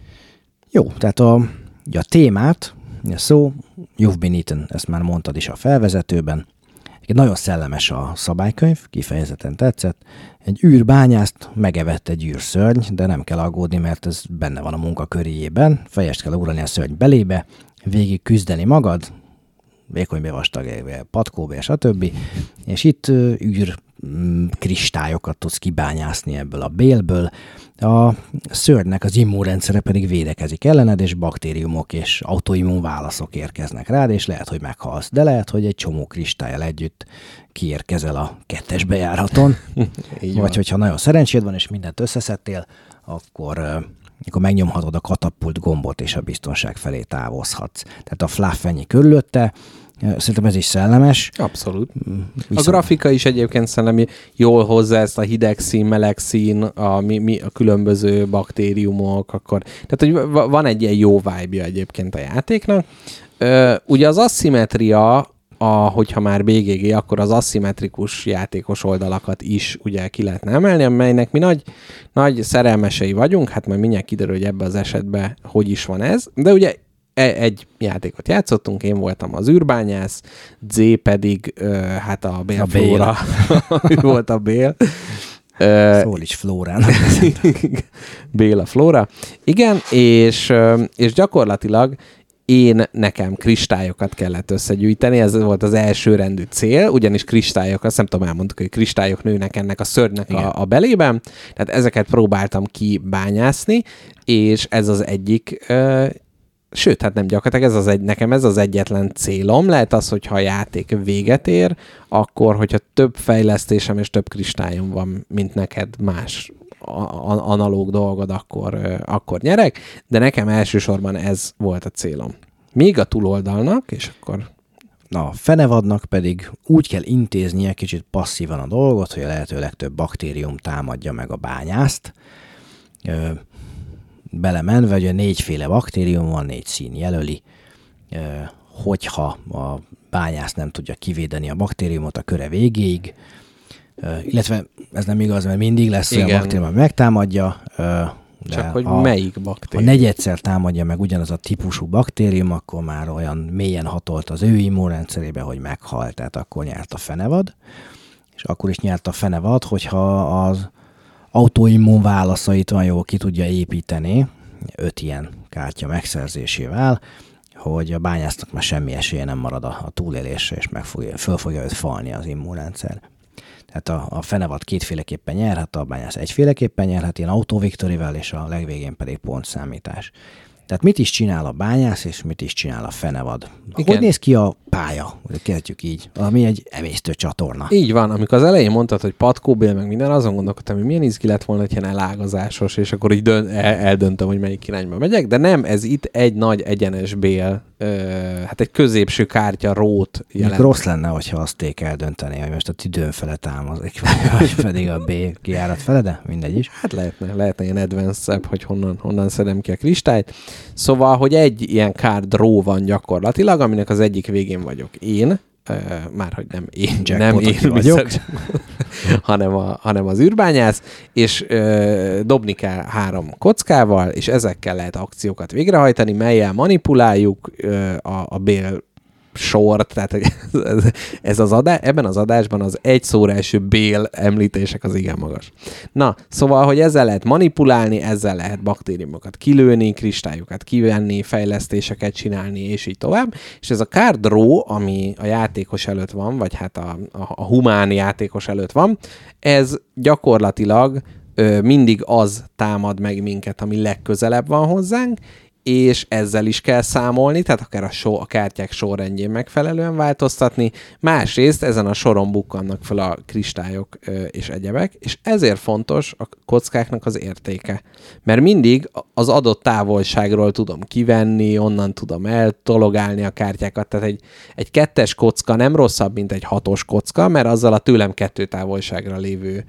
Jó, tehát a, a témát, a szó, you've been eaten, ezt már mondtad is a felvezetőben. Egy nagyon szellemes a szabálykönyv, kifejezetten tetszett. Egy űrbányászt megevett egy űrszörny, de nem kell aggódni, mert ez benne van a munka köréjében. Fejest kell ugrani a szörny belébe, végig küzdeni magad, vékony vastag, patkóbe, stb. És itt űr kristályokat tudsz kibányászni ebből a bélből. A szörnynek az immunrendszere pedig védekezik ellened, és baktériumok és autoimmun válaszok érkeznek rád, és lehet, hogy meghalsz. De lehet, hogy egy csomó kristályal együtt kiérkezel a kettes bejáraton. Vagy van. Hogyha nagyon szerencséd van, és mindent összeszedtél, akkor, akkor megnyomhatod a katapult gombot, és a biztonság felé távozhatsz. Tehát a fluff ennyi körülötte. Szerintem ez is szellemes. Abszolút. Viszont... A grafika is egyébként szerintem jól hozzá ezt a hideg szín, meleg szín, a, mi, mi, a különböző baktériumok, akkor... Tehát, hogy van egy ilyen jó vibe-ja egyébként a játéknak. Ö, ugye az asszimetria, a, hogyha már bé gé gé, akkor az aszimmetrikus játékos oldalakat is ugye ki lehetne emelni, amelynek mi nagy, nagy szerelmesei vagyunk, hát majd mindjárt kiderül, hogy ebben az esetben hogy is van ez, de ugye egy játékot játszottunk, én voltam az űrbányász, Z pedig ö, hát a Bél Flóra, volt a Bél. Szól is Flórának. Béla Flóra. Igen, és, és gyakorlatilag én nekem kristályokat kellett összegyűjteni, ez volt az első rendű cél, ugyanis kristályok, azt nem tudom, elmondtuk, hogy kristályok nőnek ennek a szörnynek a, a belében, tehát ezeket próbáltam kibányászni, és ez az egyik ö, sőt, hát nem gyakorlatilag, ez az egy, nekem ez az egyetlen célom. Lehet az, hogyha a játék véget ér, akkor, hogyha több fejlesztésem és több kristályom van, mint neked más analóg dolgod, akkor, akkor nyerek, de nekem elsősorban ez volt a célom. Még a túloldalnak, és akkor... Na, a fenevadnak pedig úgy kell intéznie kicsit passzívan a dolgot, hogy a lehető legtöbb baktérium támadja meg a bányászt. Ö- belemenve, hogy a négyféle baktérium van, négy szín jelöli, hogyha a bányász nem tudja kivédeni a baktériumot a köre végéig, Uh, illetve ez nem igaz, mert mindig lesz Igen. olyan baktérium, ami megtámadja. Uh, de Csak hogy ha, melyik baktérium? Ha negyedszer támadja meg ugyanaz a típusú baktérium, akkor már olyan mélyen hatolt az ő immunrendszerébe, hogy meghalt, tehát akkor nyert a fenevad. És akkor is nyert a fenevad, hogyha az autoimmun válaszait olyan jól ki tudja építeni, öt ilyen kártya megszerzésével, hogy a bányásznak már semmi esélye nem marad a, a túlélésre, és meg fogja, föl fogja őt falni az immunrendszer. Tehát a, a fenevad kétféleképpen nyerhet, a bányász egyféleképpen nyerhet, ilyen autóviktorivel, és a legvégén pedig pontszámítás. Tehát mit is csinál a bányász, és mit is csinál a fenevad? Igen. Hogy néz ki a pálya? Kezdjük így, ami egy emésztő csatorna. Így van, amikor az elején mondtad, hogy patkóbél, meg minden, azon gondolkodtam, hogy milyen izgi lett volna egy ilyen elágazásos, és akkor így dön, el, eldöntöm, hogy melyik irányba megyek, de nem, ez itt egy nagy egyenes bél, ö, hát egy középső kártya rót jelent. Rossz lenne, hogyha azt eldönteni, hogy most a tüdőn fele támazik, vagy pedig a B kijárat fele, de mindegy is. Hát lehetne, lehetne ilyen advanced-ebb, hogy honnan, honnan szedem ki a kristályt. Szóval, hogy egy ilyen card raw van gyakorlatilag, aminek az egyik végén vagyok én, Uh, már hogy nem én, Jack nem Pot, én vagyok, hanem, a, hanem az űrbányász, és uh, dobni kell három kockával, és ezekkel lehet akciókat végrehajtani, mellyel manipuláljuk uh, a, a bél sort, tehát ez, ez az adás, ebben az adásban az egy szóra eső bél említések az igen magas. Na, szóval, hogy ezzel lehet manipulálni, ezzel lehet baktériumokat kilőni, kristályokat kivenni, fejlesztéseket csinálni, és így tovább. És ez a card draw, ami a játékos előtt van, vagy hát a, a, a humán játékos előtt van, ez gyakorlatilag ö, mindig az támad meg minket, ami legközelebb van hozzánk, és ezzel is kell számolni, tehát akár a, so, a kártyák sorrendjén megfelelően változtatni. Másrészt ezen a soron bukkannak fel a kristályok ö, és egyebek, és ezért fontos a kockáknak az értéke. Mert mindig az adott távolságról tudom kivenni, onnan tudom eltologálni a kártyákat, tehát egy, egy kettes kocka nem rosszabb, mint egy hatos kocka, mert azzal a tőlem kettő távolságra lévő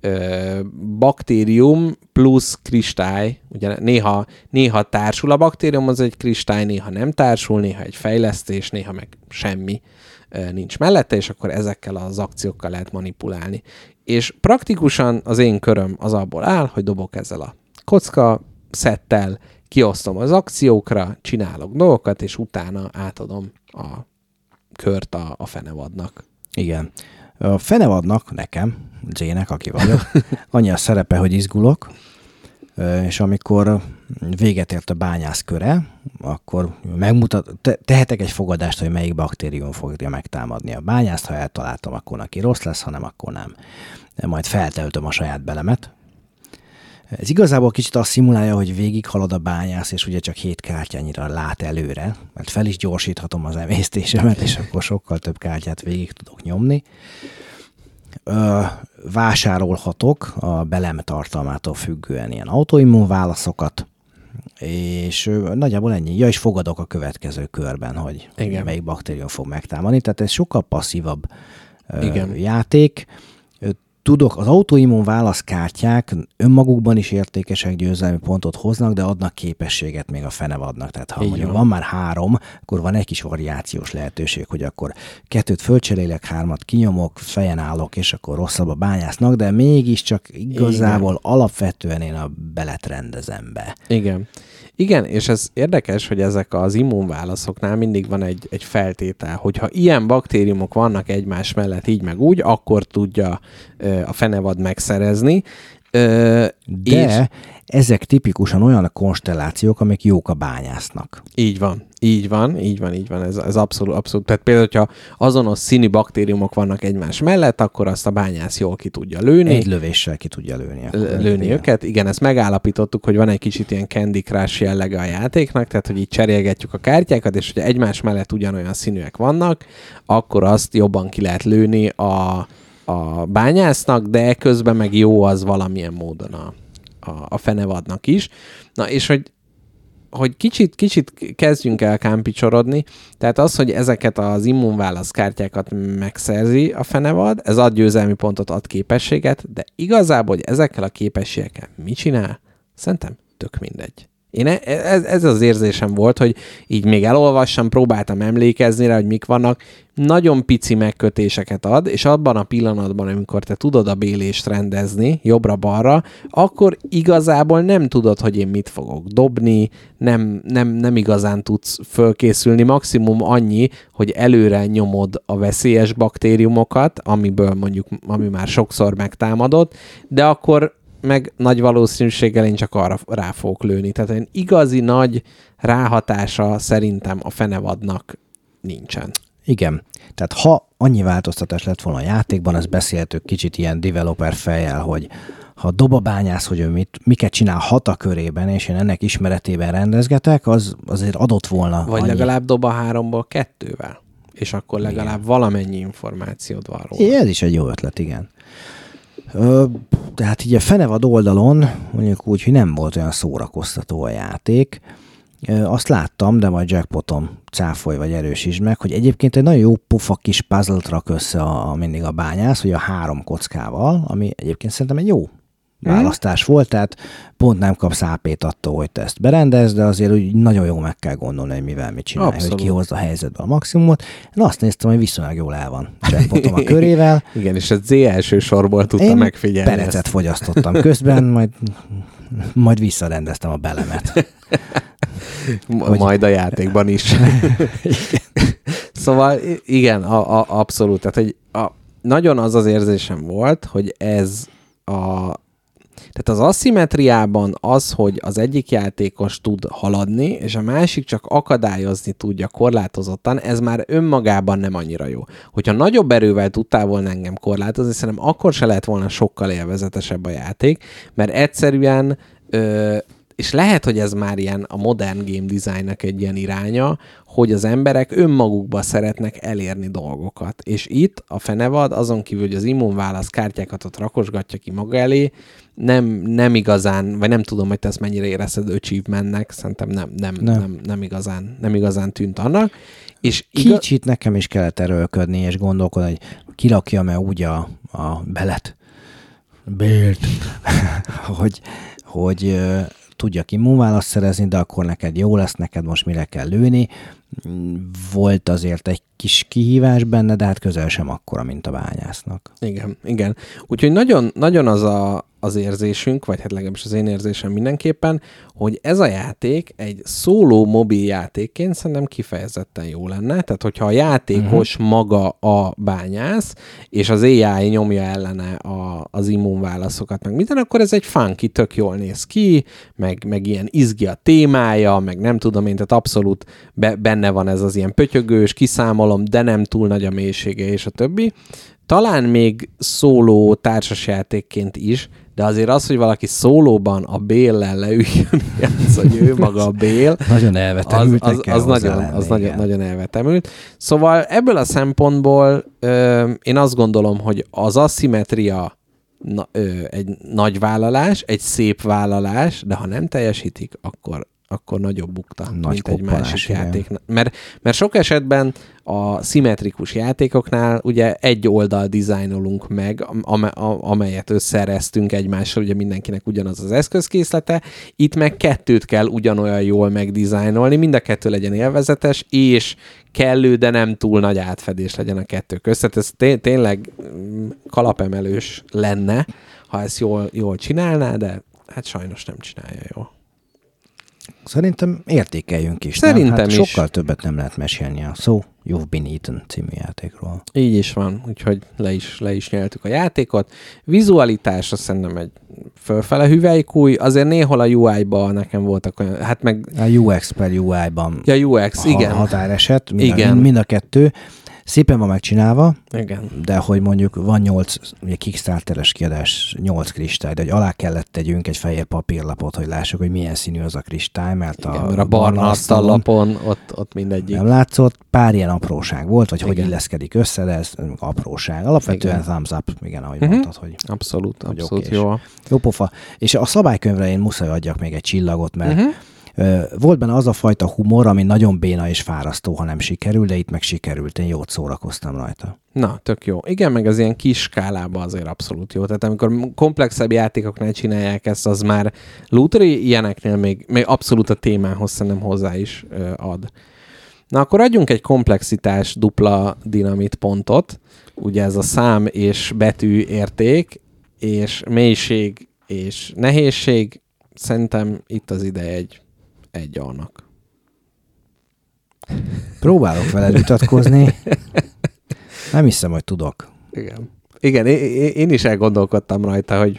baktérium plusz kristály, ugye néha, néha társul a baktérium, az egy kristály, néha nem társul, néha egy fejlesztés, néha meg semmi nincs mellette, és akkor ezekkel az akciókkal lehet manipulálni. És praktikusan az én köröm az abból áll, hogy dobok ezzel a kocka szettel, kiosztom az akciókra, csinálok dolgokat, és utána átadom a kört a, a fenevadnak. Igen. A fenevadnak, nekem, Zének, aki vagyok, annyi a szerepe, hogy izgulok, és amikor véget ért a bányász köre, akkor megmutat, te, tehetek egy fogadást, hogy melyik baktérium fogja megtámadni a bányászt, ha eltaláltam, akkor neki rossz lesz, hanem akkor nem. De majd feltöltöm a saját belemet. Ez igazából kicsit azt szimulálja, hogy végig halad a bányász, és ugye csak hét kártyányira lát előre, mert fel is gyorsíthatom az emésztésemet, és akkor sokkal több kártyát végig tudok nyomni. Ö, vásárolhatok a belem tartalmától függően ilyen autoimmun válaszokat, és ö, nagyjából ennyi. Ja, és fogadok a következő körben, hogy igen, melyik baktérium fog megtámadni, tehát ez sokkal passzívabb ö, játék. Tudok, az autoimmun válaszkártyák önmagukban is értékesek, győzelmi pontot hoznak, de adnak képességet még a fenevadnak. Tehát ha mondjuk van már három, akkor van egy kis variációs lehetőség, hogy akkor kettőt fölcserélek, hármat kinyomok, fejen állok, és akkor rosszabb a bányásznak, de mégiscsak igazából igen, alapvetően én a belet rendezem be. Igen. Igen, és ez érdekes, hogy ezek az immunválaszoknál mindig van egy, egy feltétel, hogyha ilyen baktériumok vannak egymás mellett így meg úgy, akkor tudja ö, a fenevad megszerezni. Ö, De és... ezek tipikusan olyan a konstellációk, amik jók a bányásznak. Így van, így van, így van, így van, ez, ez abszolút, abszolút. Tehát például, hogyha azonos színű baktériumok vannak egymás mellett, akkor azt a bányász jól ki tudja lőni. Egy lövéssel ki tudja lőni. L- lőni igen. őket. Igen, ezt megállapítottuk, hogy van egy kicsit ilyen Candy Crush jellege a játéknak, tehát hogy így cserélgetjük a kártyákat, és hogyha egymás mellett ugyanolyan színűek vannak, akkor azt jobban ki lehet lőni a, a bányásznak, de közben meg jó az valamilyen módon a, a, a fenevadnak is. Na, és hogy hogy kicsit, kicsit kezdjünk el kámpicsorodni, tehát az, hogy ezeket az immunválaszkártyákat megszerzi a fenevad, ez ad győzelmi pontot, ad képességet, de igazából, hogy ezekkel a képességekkel mit csinál, szerintem tök mindegy. Én ez, ez az érzésem volt, hogy így még elolvassam, próbáltam emlékezni rá, hogy mik vannak, nagyon pici megkötéseket ad, és abban a pillanatban, amikor te tudod a bélést rendezni jobbra-balra, akkor igazából nem tudod, hogy én mit fogok dobni, nem, nem, nem igazán tudsz fölkészülni, maximum annyi, hogy előre nyomod a veszélyes baktériumokat, amiből mondjuk, ami már sokszor megtámadott, de akkor meg nagy valószínűséggel én csak arra rá fogok lőni. Tehát egy igazi nagy ráhatása szerintem a fenevadnak nincsen. Igen. Tehát ha annyi változtatás lett volna a játékban, ezt beszéltük kicsit ilyen developer fejjel, hogy ha dob a bányász, hogy ő mit, miket csinál hat a körében, és én ennek ismeretében rendezgetek, az azért adott volna. Vagy annyi. legalább dob a háromból kettővel, és akkor legalább igen. valamennyi információd van róla. É, ez is egy jó ötlet, igen. Ö, tehát így a fenevad oldalon mondjuk úgy, hogy nem volt olyan szórakoztató a játék. Ö, azt láttam, de majd jackpotom cáfolj vagy erősítsd meg, hogy egyébként egy nagyon jó pofa kis puzzle-t rak össze a, a, mindig a bányász, hogy a három kockával, ami egyébként szerintem egy jó választás hmm. volt, tehát pont nem kapsz á pét attól, hogy te ezt berendezd, de azért úgy nagyon jól meg kell gondolni, hogy mivel mit csinálj, abszolút. Hogy kihozd a helyzetbe a maximumot. Én azt néztem, hogy viszonylag jól el van jackpotom a körével. Igen, és a Z első sorból tudta én megfigyelni. Én perecet fogyasztottam közben, majd, majd visszarendeztem a belemet. Hogy... Majd a játékban is. Szóval igen, a, a, abszolút. Tehát, hogy a, nagyon az az érzésem volt, hogy ez a Tehát az aszimmetriában az, hogy az egyik játékos tud haladni, és a másik csak akadályozni tudja korlátozottan, ez már önmagában nem annyira jó. Hogyha nagyobb erővel tudtál volna engem korlátozni, szerintem akkor se lehet volna sokkal élvezetesebb a játék, mert egyszerűen, ö, és lehet, hogy ez már ilyen a modern game designnak egy ilyen iránya, hogy az emberek önmagukba szeretnek elérni dolgokat. És itt a fenevad, azon kívül, hogy az immunválasz kártyákat ott rakosgatja ki maga elé, nem, nem igazán, vagy nem tudom, hogy te ezt mennyire érezted achievementnek, szerintem nem, nem, nem. Nem, nem, igazán, nem igazán tűnt annak. És igaz... Kicsit nekem is kellett erőlködni, és gondolkodni, hogy kirakjam-e úgy a, a belet, bélt, hogy, hogy tudjak immunválaszt szerezni, de akkor neked jó lesz, neked most mire kell lőni. Volt azért egy kis kihívás benne, de hát közel sem akkora, mint a bányásznak. Igen, igen. Úgyhogy nagyon, nagyon az a, az érzésünk, vagy hát legalábbis az én érzésem mindenképpen, hogy ez a játék egy szóló mobil játékként szerintem kifejezetten jó lenne. Tehát, hogyha a játékos uh-huh. maga a bányász, és az á i nyomja ellene a, az immunválaszokat, meg minden, akkor ez egy funky, tök jól néz ki, meg, meg ilyen izgi a témája, meg nem tudom én, tehát abszolút be, benne van ez az ilyen pötyögős, kiszámolom, de nem túl nagy a mélysége, és a többi. Talán még szóló társasjátékként is, de azért az, hogy valaki szólóban a Béllel leüljön, az, hogy ő maga a Bél, nagyon elvetemült, az, az, az, nagyon, lenni, az nagyon, nagyon elvetemült. Szóval ebből a szempontból ö, én azt gondolom, hogy az aszimmetria na, ö, egy nagy vállalás, egy szép vállalás, de ha nem teljesítik, akkor akkor nagyobb bukta, nagy mint egy másik igen. játék. Mert, mert sok esetben a szimmetrikus játékoknál ugye egy oldal dizájnolunk meg, amelyet összereztünk egymással, ugye mindenkinek ugyanaz az eszközkészlete, itt meg kettőt kell ugyanolyan jól megdizájnolni, mind a kettő legyen élvezetes, és kellő, de nem túl nagy átfedés legyen a kettő között. Ez té- tényleg kalapemelős lenne, ha ezt jól, jól csinálná, de hát sajnos nem csinálja jól. Szerintem értékeljünk is. Szerintem hát is. Sokkal többet nem lehet mesélni a So You've Been Eaten című játékról. Így is van, úgyhogy le is, le is nyeltük a játékot. Vizualitásra szerintem egy fölfele hüvelykúj, azért néhol a u i-ban nekem voltak olyan, hát meg... A u iksz per u i-ban ja, u iksz, igen. határeset, mind, igen. A, mind a kettő. Szépen van megcsinálva, igen. De hogy mondjuk van nyolc, ugye Kickstarteres kiadás, nyolc kristály, de hogy alá kellett tegyünk egy fehér papírlapot, hogy lássuk, hogy milyen színű az a kristály, mert igen, a, mert a barna asztallapon ott, ott mindegyik. Nem látszott, pár ilyen apróság volt, vagy igen. Hogy illeszkedik össze, de ez apróság. Alapvetően igen. Thumbs up, igen, ahogy uh-huh. mondtad, hogy... Abszolút, hogy abszolút okay, jó. Jó pofa. És a szabálykönyvre én muszáj adjak még egy csillagot, mert uh-huh. Volt benne az a fajta humor, ami nagyon béna és fárasztó, ha nem sikerül, de itt meg sikerült. Én jót szórakoztam rajta. Na, tök jó. Igen, meg az ilyen kis skálában azért abszolút jó. Tehát amikor komplexebb játékoknál csinálják ezt, az már lútri, ilyeneknél még, még abszolút a témához szerintem hozzá is ö, ad. Na, akkor adjunk egy komplexitás dupla dinamit pontot. Ugye ez a szám és betű érték, és mélység és nehézség. Szerintem itt az ideje egy egy annak. Próbálok veled vitatkozni. Nem hiszem, hogy tudok. Igen. Igen, én, én is elgondolkodtam rajta, hogy...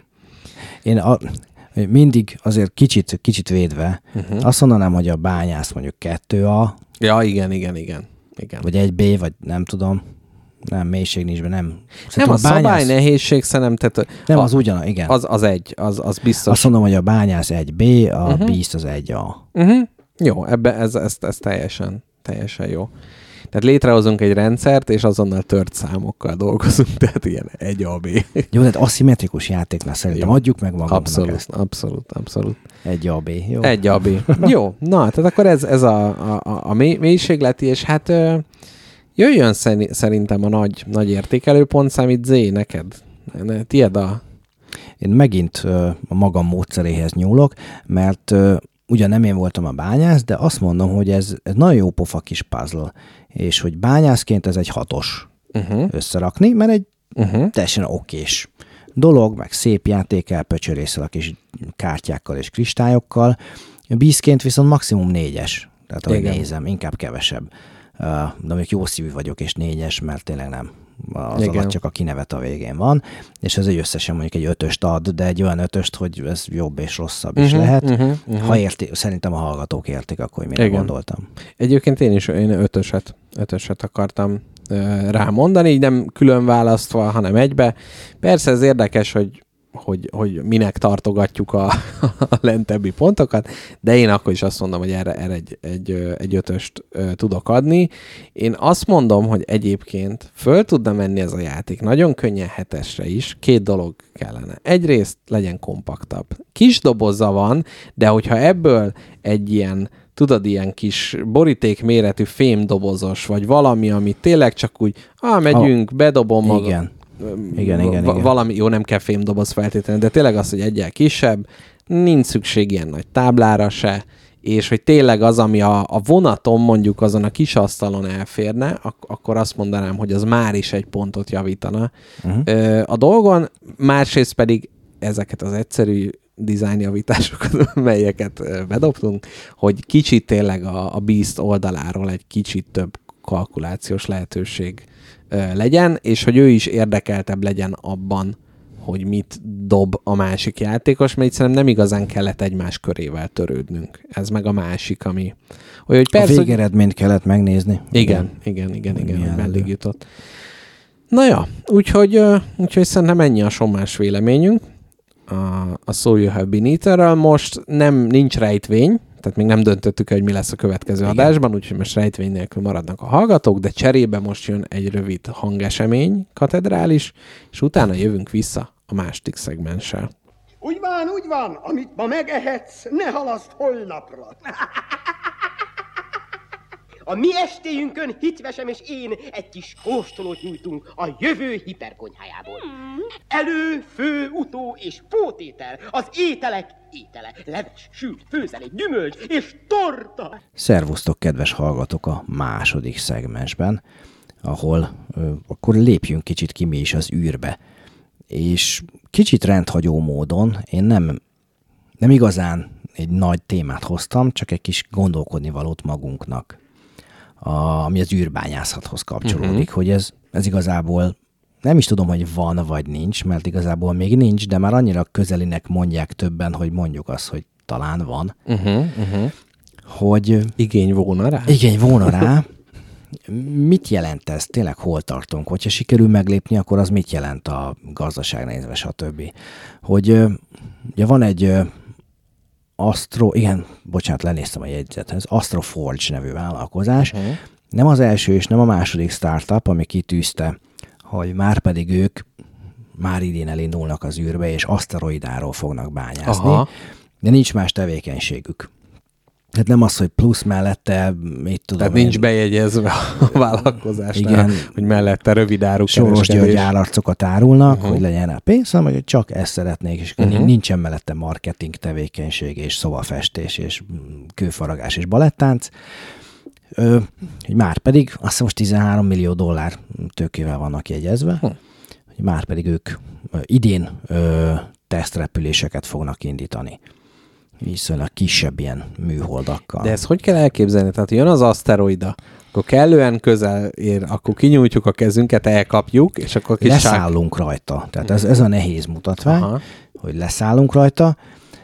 Én a, mindig azért kicsit, kicsit védve, uh-huh. azt mondanám, hogy a bányász mondjuk kettő A. Ja, igen, igen, igen. igen. Vagy egy B, vagy nem tudom. Nem, mélység nincs be, nem. Szerintem nem, a, a bányász... szabály nehézség szerintem... Tehát nem, a, az ugyan, igen. Az, az egy, az, az biztos. Azt mondom, hogy a bányász egy B, a uh-huh. Beast az egy A. Uh-huh. Jó, ebbe ez, ez, ez teljesen, teljesen jó. Tehát létrehozunk egy rendszert, és azonnal tört számokkal dolgozunk, tehát ilyen egy A B. Jó, tehát aszimmetrikus játéknál szerintem jó. Adjuk meg magunknak abszolút, ezt. Abszolút, abszolút. Egy A B, jó. Egy A B. Jó, na, tehát akkor ez, ez a, a, a mélységleti, és hát ö, jöjjön szerintem a nagy, nagy értékelőpont számít Z, neked. Tied a... Én megint ö, a magam módszeréhez nyúlok, mert ö, ugyan nem én voltam a bányász, de azt mondom, hogy ez, ez nagyon jó pofa kis puzzle, és hogy bányászként ez egy hatos uh-huh. összerakni, mert egy uh-huh. teljesen okés dolog, meg szép játék, elpöcsörészel a kis kártyákkal és kristályokkal. Bízként viszont maximum négyes, tehát ahogy nézem, inkább kevesebb. De mondjuk jó szívű vagyok, és négyes, mert tényleg nem. Az Igen. alatt csak a kinevet a végén van, és ez egy összesen mondjuk egy ötöst ad, de egy olyan ötöst, hogy ez jobb és rosszabb uh-huh, is lehet. Uh-huh, uh-huh. Ha érti, szerintem a hallgatók értik, akkor hogy mire Igen. gondoltam. Egyébként én is én ötöset, ötöset akartam uh, rámondani, így nem külön választva, hanem egybe. Persze ez érdekes, hogy Hogy, hogy minek tartogatjuk a, a lentebbi pontokat, de én akkor is azt mondom, hogy erre, erre egy, egy, egy ötöst ö, tudok adni. Én azt mondom, hogy egyébként föl tudna menni ez a játék nagyon könnyen hetesre is. Két dolog kellene. Egyrészt legyen kompaktabb. Kis doboza van, de hogyha ebből egy ilyen tudod, ilyen kis boríték méretű fémdobozos, vagy valami, ami tényleg csak úgy, ah, megyünk, oh, bedobom magam. Igen. Igen, igen, va- igen. Valami, jó, nem kell fémdoboz feltétlenül, de tényleg az, hogy egyel kisebb, nincs szükség ilyen nagy táblára se, és hogy tényleg az, ami a, a vonaton mondjuk azon a kis asztalon elférne, ak- akkor azt mondanám, hogy az már is egy pontot javítana uh-huh. ö, a dolgon, másrészt pedig ezeket az egyszerű dizájnjavításokat, melyeket bedobtunk, hogy kicsit tényleg a, a Beast oldaláról egy kicsit több kalkulációs lehetőség legyen, és hogy ő is érdekeltebb legyen abban, hogy mit dob a másik játékos, mert itt szerintem nem igazán kellett egymás körével törődnünk. Ez meg a másik, ami... Olyan, hogy persze, a végeredményt hogy... kellett megnézni. Igen, igen, igen, igen, igen hogy meddig jutott. Na ja, úgyhogy, úgyhogy szerintem ennyi a sommás véleményünk a, a So You Have Been Eaten-ről. Most nem, nincs rejtvény, tehát még nem döntöttük, hogy mi lesz a következő Igen. adásban, úgyhogy most rejtvény nélkül maradnak a hallgatók, de cserébe most jön egy rövid hangesemény, katedrális, és utána jövünk vissza a második szegmenssel. Úgy van, úgy van, amit ma megehetsz, ne halaszd holnapra. A mi estéjünkön Hitvesem és én egy kis kóstolót nyújtunk a jövő hiperkonyhájából. Hmm. Elő, fő, utó és pótétel. Az ételek étele. Leves, sült, főzelék, gyümölcs és torta. Szervusztok, kedves hallgatók, a második szegmensben, ahol ö, akkor lépjünk kicsit ki mi is az űrbe. És kicsit rendhagyó módon én nem, nem igazán egy nagy témát hoztam, csak egy kis gondolkodni valót magunknak. A, ami az űrbányászathoz kapcsolódik, uh-huh. hogy ez, ez igazából nem is tudom, hogy van vagy nincs, mert igazából még nincs, de már annyira közelinek mondják többen, hogy mondjuk azt, hogy talán van, uh-huh, uh-huh. hogy... Igény volna rá? Igény volna rá. Mit jelent ez? Tényleg hol tartunk? Hogyha sikerül meglépni, akkor az mit jelent a gazdaság nézve, stb. Hogy ugye van egy Astro, igen, bocsánat, lenéztem a jegyzethez, Astroforge nevű vállalkozás. Uh-huh. Nem az első és nem a második startup, ami kitűzte, hogy már pedig ők már idén elindulnak az űrbe, és aszteroidáról fognak bányászni, Aha. de nincs más tevékenységük. Tehát nem az, hogy plusz mellette, mit tudom. Tehát nincs bejegyezve a vállalkozásnál, igen, hogy mellette rövidáru Soros György állarcokat árulnak, uh-huh. hogy legyen rá pénz, hanem hogy csak ezt szeretnék, és uh-huh. nincsen mellette marketing tevékenység, és szobafestés, és kőfaragás, és balettánc. Ö, már pedig azt hiszem most tizenhárom millió dollár tőkével vannak jegyezve, uh-huh. hogy már pedig ők ö, idén ö, tesztrepüléseket fognak indítani. Viszonylag kisebb ilyen műholdakkal. De ezt hogy kell elképzelni? Tehát jön az aszteroida, akkor kellően közel ér, akkor kinyújtjuk a kezünket, elkapjuk, és akkor kis leszállunk sák... rajta. Tehát ez, ez a nehéz mutatvány, aha. hogy leszállunk rajta.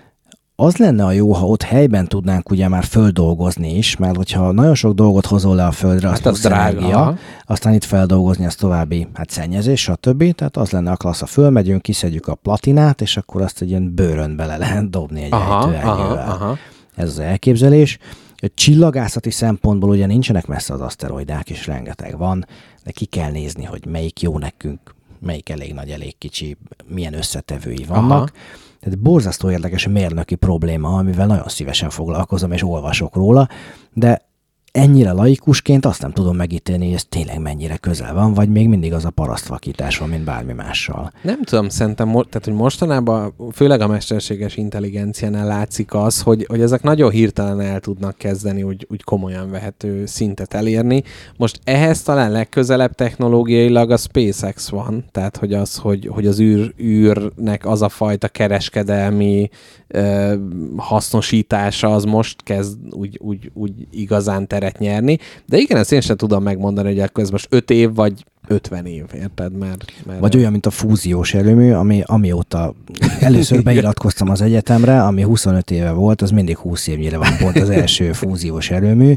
Az lenne a jó, ha ott helyben tudnánk ugye már földolgozni is, mert hogyha nagyon sok dolgot hozol le a földre, hát az drága, aztán itt feldolgozni az további hát szennyezés, stb. Tehát az lenne a klassz, ha fölmegyünk, kiszedjük a platinát, és akkor azt egy ilyen bőrön bele lehet dobni egy ejtőernyővel. Ez az elképzelés. Csillagászati szempontból ugye nincsenek messze az aszteroidák, és rengeteg van, de ki kell nézni, hogy melyik jó nekünk, melyik elég nagy, elég kicsi, milyen összetevői vannak. Aha. Tehát borzasztó érdekes mérnöki probléma, amivel nagyon szívesen foglalkozom, és olvasok róla, de ennyire laikusként azt nem tudom megítélni, hogy ez tényleg mennyire közel van, vagy még mindig az a parasztvakítás van, mint bármi mással. Nem tudom, szerintem, tehát, hogy mostanában főleg a mesterséges intelligenciánál látszik az, hogy, hogy ezek nagyon hirtelen el tudnak kezdeni úgy, úgy komolyan vehető szintet elérni. Most ehhez talán legközelebb technológiailag a SpaceX van, tehát hogy az, hogy, hogy az űr, űrnek az a fajta kereskedelmi ö, hasznosítása, az most kezd úgy, úgy, úgy igazán teret nyerni. De igen, ezt én sem tudom megmondani, hogy akkor ez most öt év, vagy ötven év, érted? Mert, mert vagy olyan, mint a fúziós erőmű, ami amióta először beiratkoztam az egyetemre, ami huszonöt éve volt, az mindig húsz évnyire van pont az első fúziós erőmű.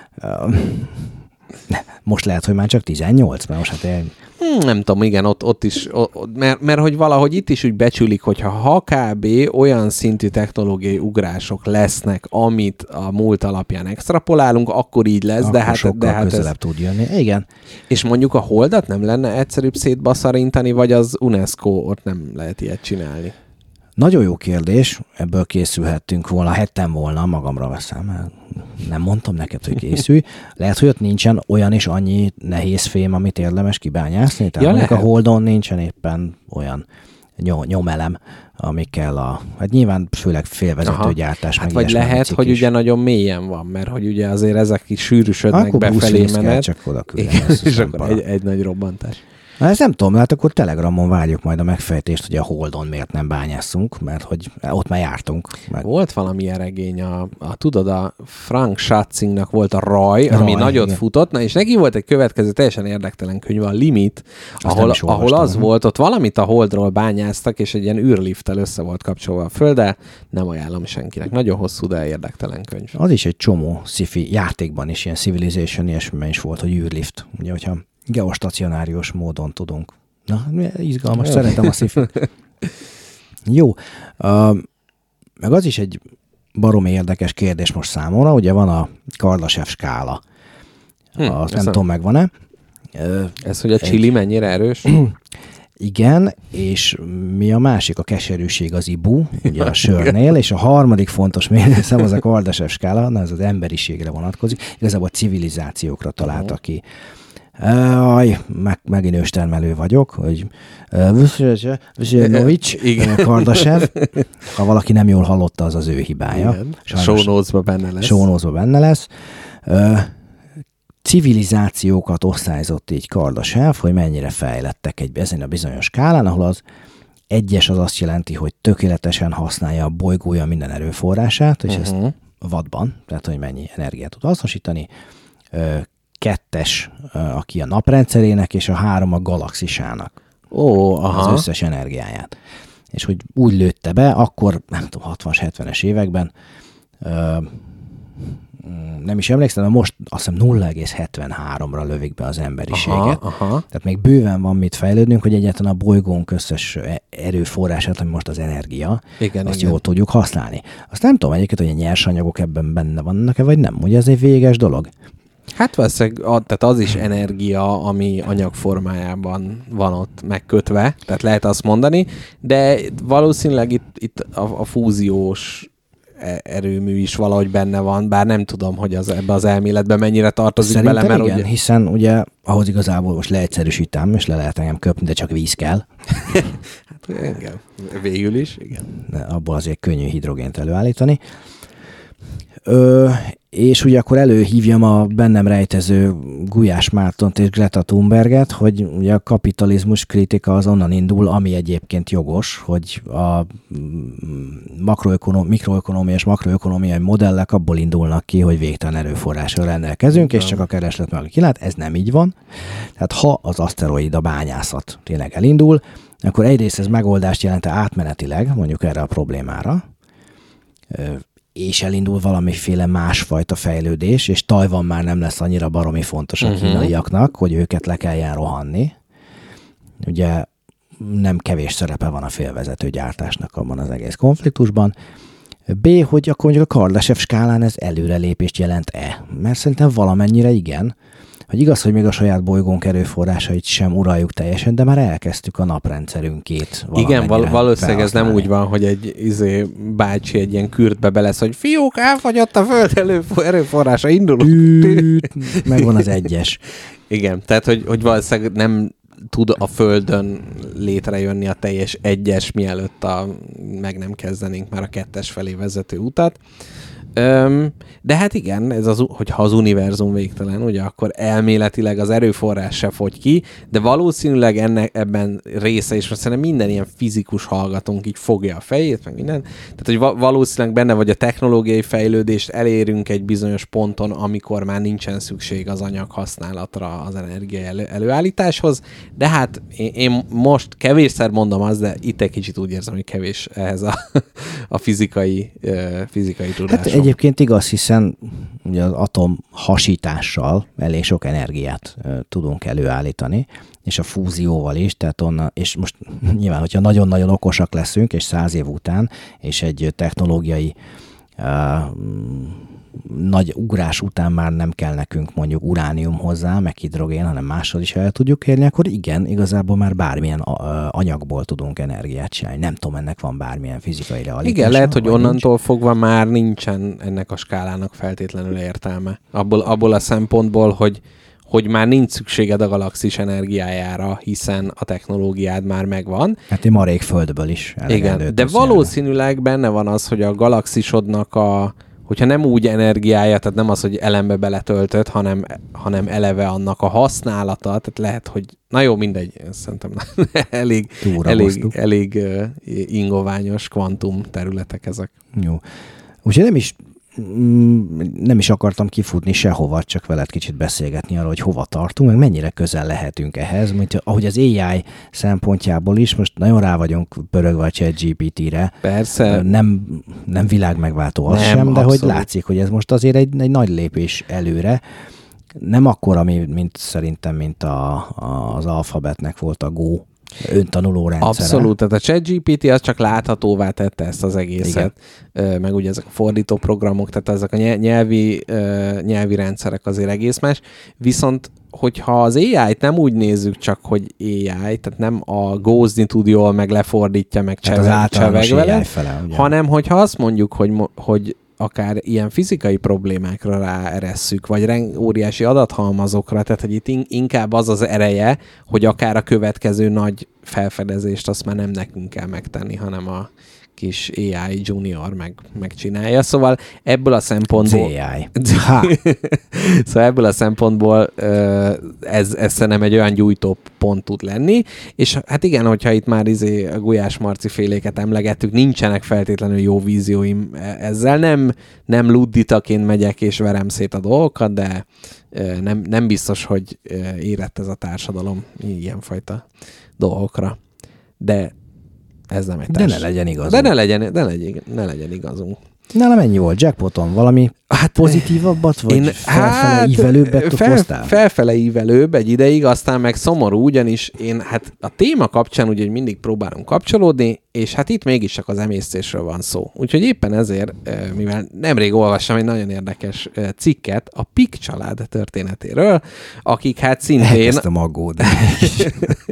Most lehet, hogy már csak tizennyolc, mert most hát én... Hmm, nem tudom, igen, ott, ott is, ott, mert, mert hogy valahogy itt is úgy becsülik, hogyha ha kb. Olyan szintű technológiai ugrások lesznek, amit a múlt alapján extrapolálunk, akkor így lesz, akkor de hát... sokkal de hát közelebb ez... tud jönni. Igen. És mondjuk a Holdat nem lenne egyszerűbb szétbaszarintani, vagy az UNESCO ott nem lehet ilyet csinálni? Nagyon jó kérdés, ebből készülhettünk volna, hettem volna, magamra veszem, nem mondtam neked, hogy készülj. Lehet, hogy ott nincsen olyan is annyi nehéz fém, amit érdemes kibányászni, tehát ja, mondjuk a Holdon nincsen éppen olyan nyomelem, ami kell a, hát nyilván főleg félvezetőgyártás. Hát vagy lehet, hogy is. Ugye nagyon mélyen van, mert hogy ugye azért ezek is sűrűsödnek akkor befelé menet. Csak oda és akkor egy, egy nagy robbantás. Na ezt nem tudom, hát akkor Telegramon várjuk majd a megfejtést, hogy a Holdon miért nem bányásszunk, mert hogy ott már jártunk. Meg. Volt valamilyen regény, a, a, tudod, a Frank Schatzingnak volt a Raj, Raj ami nagyot igen. futott, na, és neki volt egy következő teljesen érdektelen könyv, a Limit, ahol, ahol az nem. volt, ott valamit a Holdról bányáztak, és egy ilyen űrlifttel össze volt kapcsolva a Földdel, nem ajánlom senkinek. Nagyon hosszú, de érdektelen könyv. Az is egy csomó sci-fi játékban is, ilyen Civilization ilyesmiben is volt, hogy űrlift. Ugye, hogyha geostacionárius módon tudunk. Na, izgalmas, jó. Szeretem a sci-fi. Jó. Uh, meg az is egy baromi érdekes kérdés most számomra, ugye van a Kardashev skála. Hm, az nem tudom, megvan-e. Uh, Ez, hogy a chili egy... mennyire erős? Igen, és mi a másik? A keserűség az ibu, ugye a sörnél, és a harmadik fontos mérőszám az a Kardashev skála, na ez az emberiségre vonatkozik, igazából a civilizációkra találta ki. Aj, meg, megint őstermelő vagyok, hogy Vizsanovics, Kardashev, ha valaki nem jól hallotta, az az ő hibája. Show notes-ba benne lesz. Show notes-ba benne lesz. Uh, civilizációkat osztályzott így Kardashev, hogy mennyire fejlettek egy ezen a bizonyos skálán, ahol az egyes az azt jelenti, hogy tökéletesen használja a bolygója minden erőforrását, és uh-huh. ezt wattban, tehát hogy mennyi energiát tud hasznosítani. Uh, kettes, aki a naprendszerének, és a három a galaxisának. Ó, aha. Az összes energiáját. És hogy úgy lőtte be, akkor, nem tudom, hatvanas, hetvenes években, ö, nem is emlékszem, de most azt hiszem nulla egész hetvenháromra lövik be az emberiséget. Aha, aha. Tehát még bőven van mit fejlődnünk, hogy egyáltalán a bolygónk összes erőforrását, ami most az energia, igen, azt igen. jól tudjuk használni. Azt nem tudom egyébként, hogy a nyersanyagok ebben benne vannak-e, vagy nem. Ugye ez egy véges dolog. Hát valószínűleg, tehát az is energia, ami anyagformájában van ott megkötve, tehát lehet azt mondani, de valószínűleg itt, itt a, a fúziós erőmű is valahogy benne van, bár nem tudom, hogy az ebbe az elméletben mennyire tartozik Szerintem bele, mert igen, ugye... hiszen ugye ahhoz igazából most leegyszerűsítem, és le lehet engem köpni, de csak víz kell. Hát igen, végül is, igen. De abból azért könnyű hidrogént előállítani. Ö, és ugye akkor előhívjam a bennem rejtező Gulyás Mártont és Greta Thunberget, hogy ugye a kapitalizmus kritika az onnan indul, ami egyébként jogos, hogy a makroökonom, mikroökonomia és makroökonomiai modellek abból indulnak ki, hogy végtelen erőforrással rendelkezünk, és csak a kereslet meg kilát. Ez nem így van. Tehát ha az aszteroida bányászat tényleg elindul, akkor egyrészt ez megoldást jelent átmenetileg, mondjuk erre a problémára, és elindul valamiféle másfajta fejlődés, és Tajvan már nem lesz annyira baromi fontos a uh-huh. kínaiaknak, hogy őket le kelljen rohanni. Ugye nem kevés szerepe van a félvezető gyártásnak abban az egész konfliktusban. B, hogy akkor mondjuk a Kardashev skálán ez előrelépést jelent-e? Mert szerintem valamennyire igen. Hogy igaz, hogy még a saját bolygónk erőforrásait sem uraljuk teljesen, de már elkezdtük a naprendszerünkét. Igen, val- valószínűleg ez nem úgy van, hogy egy izé, bácsi egy ilyen kürtbe belesz, hogy fiúk, elfagyott a föld előfor- erőforrása, indulunk. Megvan az egyes. Igen, tehát hogy, hogy valószínűleg nem tud a Földön létrejönni a teljes egyes, mielőtt a, meg nem kezdenénk már a kettes felé vezető utat. Öm, de hát igen, ez az, hogyha az univerzum végtelen, ugye, akkor elméletileg az erőforrás se fogy ki, de valószínűleg ennek, ebben része is, mert szerintem minden ilyen fizikus hallgatónk így fogja a fejét, meg minden. Tehát, hogy va- valószínűleg benne vagy a technológiai fejlődést elérünk egy bizonyos ponton, amikor már nincsen szükség az anyag használatra az energia elő- előállításhoz, de hát én, én most kevésszer mondom azt, de itt egy kicsit úgy érzem, hogy kevés ehhez a, a fizikai, uh, fizikai tudásom. Hát egyébként igaz, hiszen ugye az atom hasítással elég sok energiát uh, tudunk előállítani, és a fúzióval is, tehát onnan, és most nyilván, hogyha nagyon-nagyon okosak leszünk, és száz év után, és egy technológiai uh, nagy ugrás után már nem kell nekünk mondjuk uránium hozzá, meg hidrogén, hanem mással is el tudjuk érni, akkor igen, igazából már bármilyen anyagból tudunk energiát csinálni. Nem tudom, ennek van bármilyen fizikai realitása. Igen, lehet, hogy onnantól nincs. fogva már nincsen ennek a skálának feltétlenül értelme. Abból, abból a szempontból, hogy hogy már nincs szükséged a galaxis energiájára, hiszen a technológiád már megvan. Hát én marék Földből is. Igen, de valószínűleg benne van az, hogy a galaxisodnak a hogyha nem úgy energiája, tehát nem az, hogy elembe beletöltött, hanem, hanem eleve annak a használata, tehát lehet, hogy na jó, mindegy, szerintem elég, elég, elég uh, ingoványos kvantum területek ezek. Jó. Úgyhogy nem is nem is akartam kifutni sehova, csak veled kicsit beszélgetni arról, hogy hova tartunk, meg mennyire közel lehetünk ehhez, mint ahogy az á i szempontjából is, most nagyon rá vagyunk pörögve a ChatGPT-re. Persze. Nem, nem világmegváltó az nem, sem, de abszolút. Hogy látszik, hogy ez most azért egy, egy nagy lépés előre. Nem akkora, mint szerintem, mint a, a, az alfabetnek volt a Go öntanuló rendszere. Abszolút, tehát a ChatGPT az csak láthatóvá tette ezt az egészet, igen. Meg ugye ezek a fordító programok, tehát ezek a nyelvi, nyelvi rendszerek azért egész más, viszont hogyha az á i-t nem úgy nézzük csak, hogy á i, tehát nem a gózni tud jól, meg lefordítja, meg cseveg, cseveg vele, fele, hanem hogyha azt mondjuk, hogy, hogy akár ilyen fizikai problémákra ráeresszük, vagy reng- óriási adathalmazokra, tehát hogy itt inkább az az ereje, hogy akár a következő nagy felfedezést azt már nem nekünk kell megtenni, hanem a kis á i junior meg, megcsinálja. Szóval ebből a szempontból... á i. szóval ebből a szempontból ez, ez szerintem egy olyan gyújtó pont tud lenni, és hát igen, hogyha itt már izé a Gulyás Marci féléket emlegettük, nincsenek feltétlenül jó vízióim ezzel, nem, nem ludditaként megyek és verem szét a dolgokat, de nem, nem biztos, hogy érett ez a társadalom ilyenfajta dolgokra. De ez nem egy társ. De ne legyen igazunk. De ne legyen, de legyen, ne legyen igazunk. Nálam mennyi volt? Jackpoton valami hát, pozitívabbat, vagy én, felfele hát, ívelőbbet fel, hoztál? Felfele ívelőbb egy ideig, aztán meg szomorú, ugyanis én hát a téma kapcsán ugye mindig próbálunk kapcsolódni, és hát itt mégis csak az emésztésről van szó. Úgyhogy éppen ezért, mivel nemrég olvastam egy nagyon érdekes cikket a Pik család történetéről, akik hát szintén... Elkezdtem aggódni.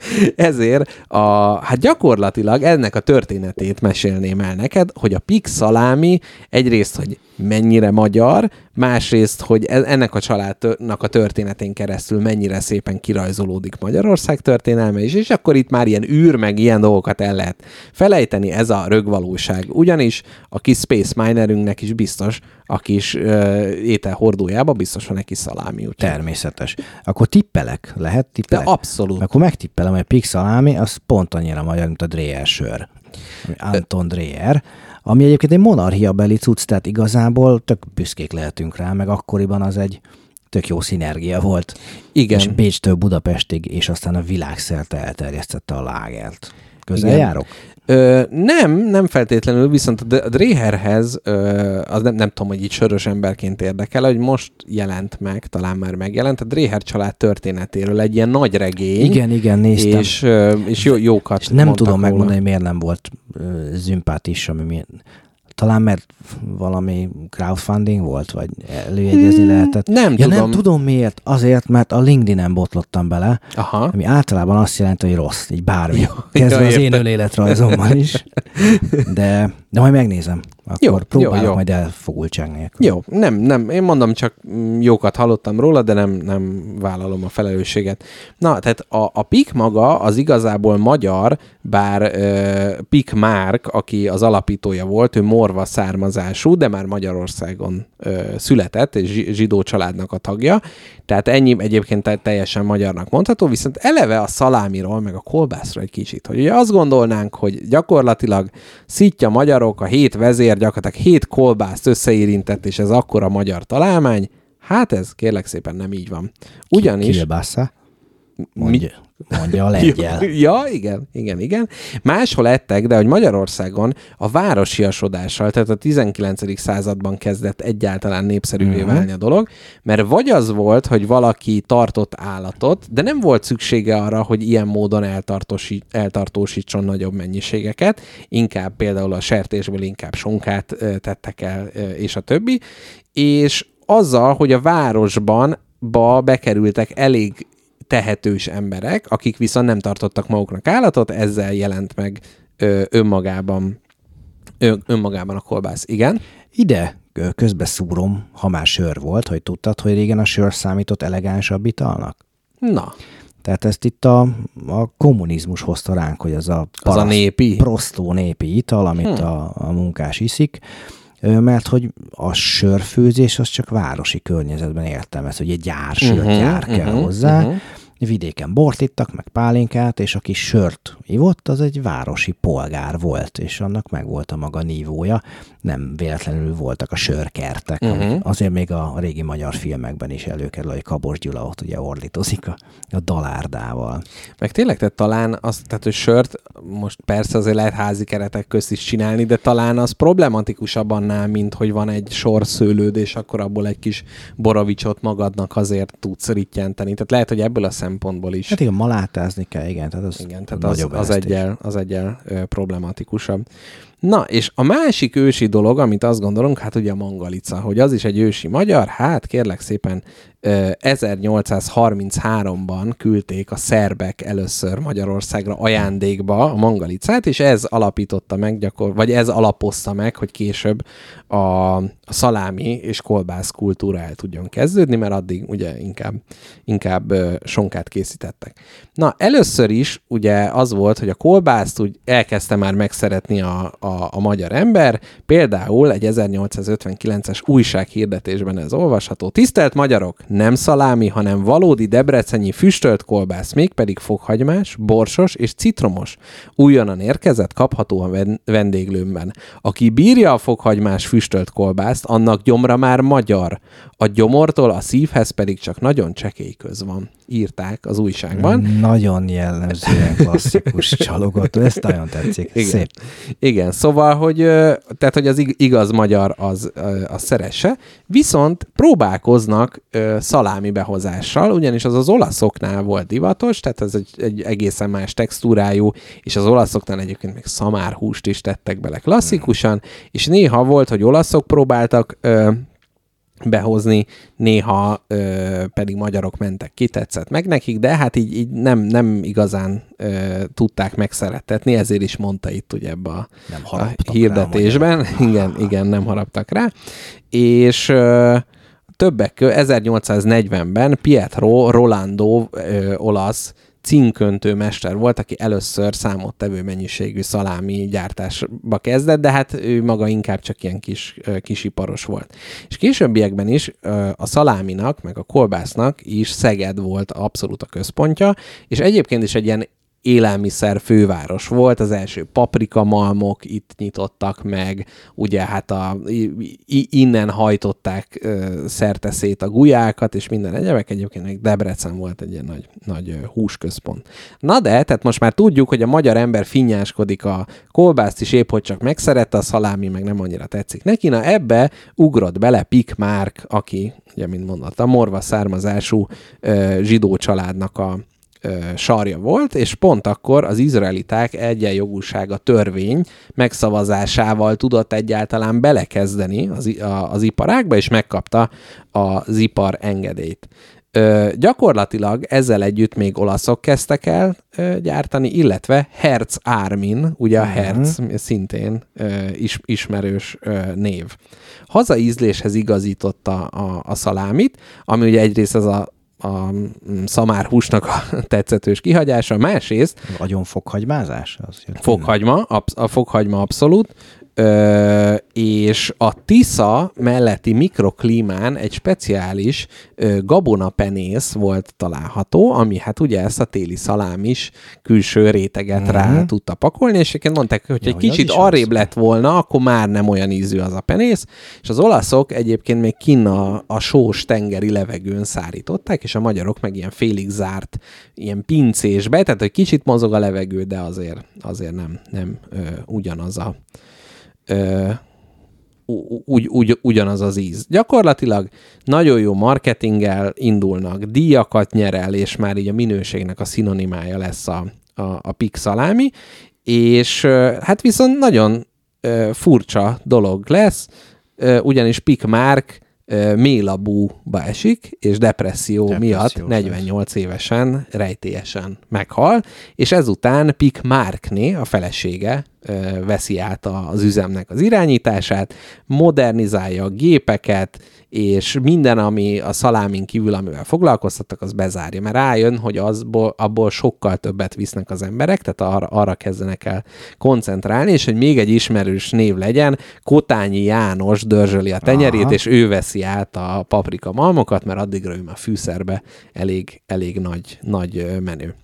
Ezért a, hát gyakorlatilag ennek a történetét mesélném el neked, hogy a Pik szalámi egyrészt, hogy mennyire magyar, másrészt, hogy ennek a családnak a történetén keresztül mennyire szépen kirajzolódik Magyarország történelme is, és akkor itt már ilyen űr, meg ilyen dolgokat el lehet felejteni, ez a rögvalóság. Ugyanis a kis Space Minerünknek is biztos, a kis uh, étel hordójába biztos van egy kis szalámi. Úgy. Természetes. Akkor tippelek? Lehet tippelek? De abszolút. Akkor megtippelem, hogy a Pik szalámi, az pont annyira magyar, mint a Dreher sör. Anton Dreher, ami egyébként egy monarchiabeli cucc, tehát igazából tök büszkék lehetünk rá, meg akkoriban az egy tök jó szinergia volt. Igen. És Bécstől Budapestig, és aztán a világszerte elterjesztette a lágert. Közel Igen. járok? Ö, nem, nem feltétlenül, viszont a Dreherhez, ö, az nem, nem tudom, hogy így sörös emberként érdekel, hogy most jelent meg, talán már megjelent, a Dreher család történetéről egy ilyen nagy regény. Igen, igen, néztem. És, ö, és jó, jókat és nem tudom róla. megmondani, miért nem volt uh, zümpátis, ami miért... Talán mert valami crowdfunding volt, vagy előjegyezni hmm, lehetett. Nem ja, tudom. nem tudom miért. Azért, mert a LinkedIn-en botlottam bele, Aha. ami általában azt jelenti, hogy rossz, így bármi. Ja, Kezdve ja, az értem. én önéletrajzommal is. De, de majd megnézem. Akkor jó, próbálok jó, jó. majd elfogultság nélkül. Jó, nem, nem. Én mondom, csak jókat hallottam róla, de nem, nem vállalom a felelősséget. Na, tehát a, a Pik maga az igazából magyar, bár uh, Pik Márk, aki az alapítója volt, ő morva származású, de már Magyarországon uh, született, és zsidó családnak a tagja. Tehát ennyi egyébként teljesen magyarnak mondható, viszont eleve a szalámiról, meg a kolbászról egy kicsit, hogy ugye azt gondolnánk, hogy gyakorlatilag szitja magyarok, a hét vezér gyakorlatilag hét kolbászt összeérintett, és ez akkora magyar találmány. Hát ez kérlek szépen nem így van. Ugyanis... Kielbásza? Mondja, mondja a lengyel. Ja, igen, igen, igen. Máshol ettek, de hogy Magyarországon a városiasodással, tehát a tizenkilencedik században kezdett egyáltalán népszerűvé uh-huh. válni a dolog, mert vagy az volt, hogy valaki tartott állatot, de nem volt szüksége arra, hogy ilyen módon eltartósít, eltartósítson nagyobb mennyiségeket, inkább például a sertésből inkább sonkát tettek el, és a többi, és azzal, hogy a városban ba bekerültek elég tehetős emberek, akik viszont nem tartottak maguknak állatot, ezzel jelent meg ö, önmagában, ö, önmagában a kolbász. Igen? Ide közbe szúrom, ha már sör volt, hogy tudtad, hogy régen a sör számított elegánsabb italnak? Na. Tehát ezt itt a, a kommunizmus hozta ránk, hogy az a, az a népi? prosztó népi ital, amit hmm. a, a munkás iszik, mert hogy a sörfőzés az csak városi környezetben értelmez, hogy egy gyár, sörgyár uh-huh, kell uh-huh, hozzá. Uh-huh. Vidéken bort ittak, meg pálinkát, és aki sört ivott, az egy városi polgár volt, és annak meg volt a maga nívója. Nem véletlenül voltak a sörkertek. Uh-huh. Azért még a régi magyar filmekben is előkerül, hogy Kabos Gyula ott ugye ordítozik a, a dalárdával. Meg tényleg, tehát talán az, tehát hogy sört most persze azért lehet házi keretek közt is csinálni, de talán az problematikusabb annál, mint hogy van egy sor szőlőd, és akkor abból egy kis borovicsot magadnak azért tudsz rittyenteni. Tehát lehet, hogy ebből a szempontból is. Hát igen, malátázni kell, igen. Tehát az, igen, tehát az, az egyel, az egyel ö, problematikusabb. Na, és a másik ősi dolog, amit azt gondolunk, hát ugye a mangalica, hogy az is egy ősi magyar, hát kérlek szépen ezernyolcszázharmincháromban küldték a szerbek először Magyarországra ajándékba a mangalicát, és ez alapította meg, gyakor, vagy ez alapozta meg, hogy később a, a szalámi és kolbász kultúra el tudjon kezdődni, mert addig ugye inkább, inkább sonkát készítettek. Na, először is ugye az volt, hogy a kolbászt úgy elkezdte már megszeretni a, a, a magyar ember, például egy ezernyolcszázötvenkilences újsághirdetésben ez olvasható. Tisztelt magyarok! Nem szalámi, hanem valódi debrecenyi füstölt kolbász, mégpedig fokhagymás, borsos és citromos. Újonnan érkezett, kapható a vendéglőmben. Aki bírja a fokhagymás füstölt kolbászt, annak gyomra már magyar. A gyomortól a szívhez pedig csak nagyon csekély köz van. Írták az újságban. Nagyon jellemzően klasszikus csalogató, ezt nagyon tetszik. Igen. Szép. Igen, szóval, hogy, tehát, hogy az igaz magyar az, az szeresse, viszont próbálkoznak szalámi behozással, ugyanis az az olaszoknál volt divatos, tehát ez egy, egy egészen más textúrájú, és az olaszoknál egyébként még szamárhúst is tettek bele klasszikusan, és néha volt, hogy olaszok próbáltak ö, behozni, néha ö, pedig magyarok mentek ki, tetszett meg nekik, de hát így, így nem, nem igazán ö, tudták megszerettetni, ezért is mondta itt ugye ebbe a, a hirdetésben. Rá, igen, igen, nem haraptak rá. És ö, többek között ezernyolcszáznegyvenben Pietro Rolando ö, olasz cinköntő mester volt, aki először számottevő mennyiségű szalámi gyártásba kezdett, de hát ő maga inkább csak ilyen kis, kisiparos volt. És későbbiekben is a szaláminak, meg a kolbásznak is Szeged volt abszolút a központja, és egyébként is egy ilyen élelmiszer főváros volt, az első paprikamalmok itt nyitottak meg, ugye hát a, innen hajtották uh, szerte szét a gulyákat, és minden egyebek, egyébként még Debrecen volt egy ilyen nagy, nagy uh, húsközpont. Na de, tehát most már tudjuk, hogy a magyar ember finnyáskodik a kolbászt is, épp hogy csak megszerette, a szalámi meg nem annyira tetszik neki, na ebbe ugrott bele Pik Márk, aki, ugye mint mondottam, morva származású uh, zsidó családnak a sarja volt, és pont akkor az izraeliták egyenjogúsága törvény megszavazásával tudott egyáltalán belekezdeni az, a, az iparágba, és megkapta az ipar engedélyt. Ö, gyakorlatilag ezzel együtt még olaszok kezdtek el ö, gyártani, illetve Herz Armin, ugye a Herz uh-huh. szintén ö, is, ismerős ö, név. Hazai ízléshez igazította a, a szalámit, ami ugye egyrészt az a a szamárhúsnak a tetszetős kihagyása, másrészt... Agyon fokhagymázás? Az fokhagyma, absz- a fokhagyma abszolút, Ö, és a Tisza melletti mikroklímán egy speciális ö, gabonapenész volt található, ami hát ugye ezt a téli szalámis külső réteget mm-hmm. rá tudta pakolni, és egyébként mondták, hogy ja, egy kicsit arrébb lett volna, akkor már nem olyan ízű az a penész, és az olaszok egyébként még kinn a, a sós tengeri levegőn szárították, és a magyarok meg ilyen félig zárt, ilyen pincésbe, tehát hogy kicsit mozog a levegő, de azért, azért nem, nem ö, ugyanaz a Ö, úgy, úgy, ugyanaz az íz. Gyakorlatilag nagyon jó marketinggel indulnak, díjakat nyer el, és már így a minőségnek a szinonimája lesz a, a, a Pik szalámi, és hát viszont nagyon ö, furcsa dolog lesz, ö, ugyanis Pik Márk mélabúba esik, és depresszió, depresszió miatt negyvennyolc lesz. Évesen rejtélyesen meghal, és ezután Pik Márkné, a felesége veszi át az üzemnek az irányítását, modernizálja a gépeket, és minden, ami a szalámin kívül, amivel foglalkoztattak, az bezárja, mert rájön, hogy azból, abból sokkal többet visznek az emberek, tehát arra, arra kezdenek el koncentrálni, és hogy még egy ismerős név legyen, Kotányi János dörzsöli a tenyerét, aha. és ő veszi át a paprika malmokat, mert addigra ő már fűszerbe elég, elég nagy, nagy menő.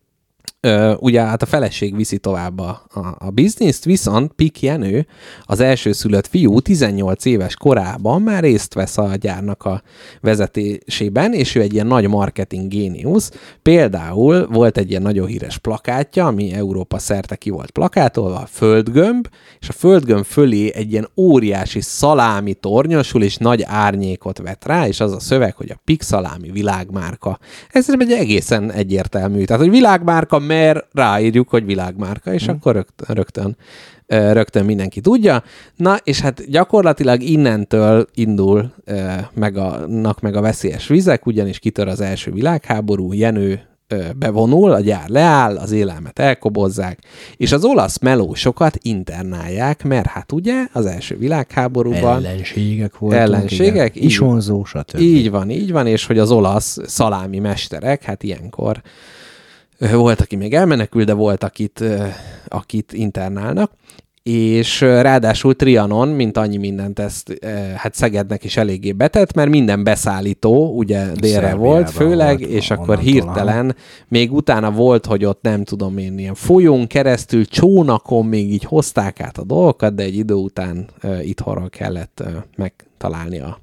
Ö, ugye hát a feleség viszi tovább a, a, a bizniszt, viszont Pik Jenő, az elsőszülött fiú tizennyolc éves korában már részt vesz a gyárnak a vezetésében, és ő egy ilyen nagy marketing géniusz. Például volt egy ilyen nagyon híres plakátja, ami Európa szerte ki volt plakátolva, a földgömb, és a földgömb fölé egy ilyen óriási szalámi tornyosul, és nagy árnyékot vet rá, és az a szöveg, hogy a Pik szalámi világmárka. Ez egy egészen egyértelmű. Tehát, hogy világmárka, mert ráírjuk, hogy világmárka, és hmm. akkor rögtön, rögtön, rögtön mindenki tudja. Na, és hát gyakorlatilag innentől indul meg a, meg a veszélyes vizek, ugyanis kitör az első világháború, Jenő bevonul, a gyár leáll, az élelmet elkobozzák, és az olasz melósokat internálják, mert hát ugye az első világháborúban ellenségek voltak, ellenségek, igen, isonzó, stb. Így van, így van, és hogy az olasz szalámi mesterek, hát ilyenkor volt, aki még elmenekül, de volt, akit, akit internálnak, és ráadásul Trianon, mint annyi mindent ezt, hát Szegednek is eléggé betett, mert minden beszállító ugye délre volt főleg, volt, és akkor hirtelen, talán. Még utána volt, hogy ott nem tudom én, ilyen folyón keresztül, csónakon még így hozták át a dolgokat, de egy idő után uh, itthonról kellett uh, megtalálni a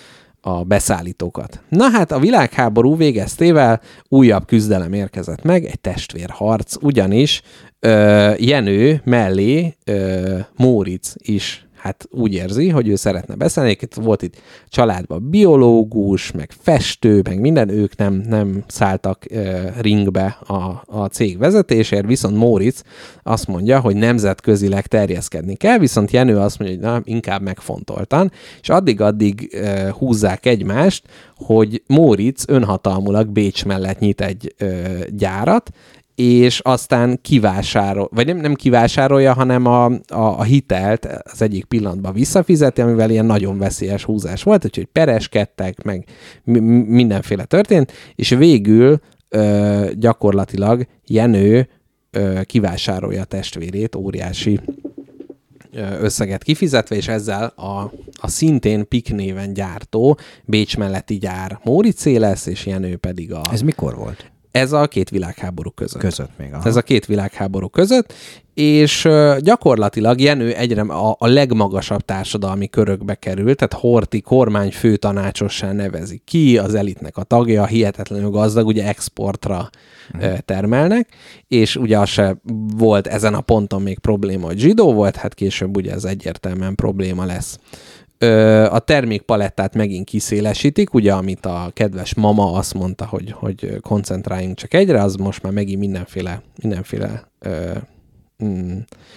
a beszállítókat. Na hát a világháború végeztével újabb küzdelem érkezett meg, egy testvérharc, ugyanis ö, Jenő mellé ö, Móricz is hát úgy érzi, hogy ő szeretne beszélni. Volt itt családban biológus, meg festő, meg minden, ők nem, nem szálltak uh, ringbe a, a cég vezetésért, viszont Móricz azt mondja, hogy nemzetközileg terjeszkedni kell, viszont Jenő azt mondja, hogy na, inkább megfontoltan, és addig-addig uh, húzzák egymást, hogy Móricz önhatalmulag Bécs mellett nyit egy uh, gyárat, és aztán kivásárol, vagy nem, nem kivásárolja, hanem a, a, a hitelt az egyik pillanatban visszafizeti, amivel ilyen nagyon veszélyes húzás volt, úgyhogy pereskedtek, meg mi- mindenféle történt, és végül ö, gyakorlatilag Jenő ö, kivásárolja a testvérét, óriási összeget kifizetve, és ezzel a, a szintén Pik néven gyártó Bécs melletti gyár Móriczé lesz, és Jenő pedig a... Ez mikor volt? Ez a két világháború között. Között még. Aha. Ez a két világháború között, és uh, gyakorlatilag Jenő egyre a, a legmagasabb társadalmi körökbe került, tehát Horthy kormányfő tanácsossá nevezik ki, az elitnek a tagja, hihetetlenül gazdag, ugye exportra hmm. uh, termelnek, és ugye az se volt ezen a ponton még probléma, hogy zsidó volt, hát később ugye ez egyértelműen probléma lesz. A termékpalettát megint kiszélesítik, ugye, amit a kedves mama azt mondta, hogy, hogy koncentráljunk csak egyre, az most már megint mindenféle, mindenféle ö, mm,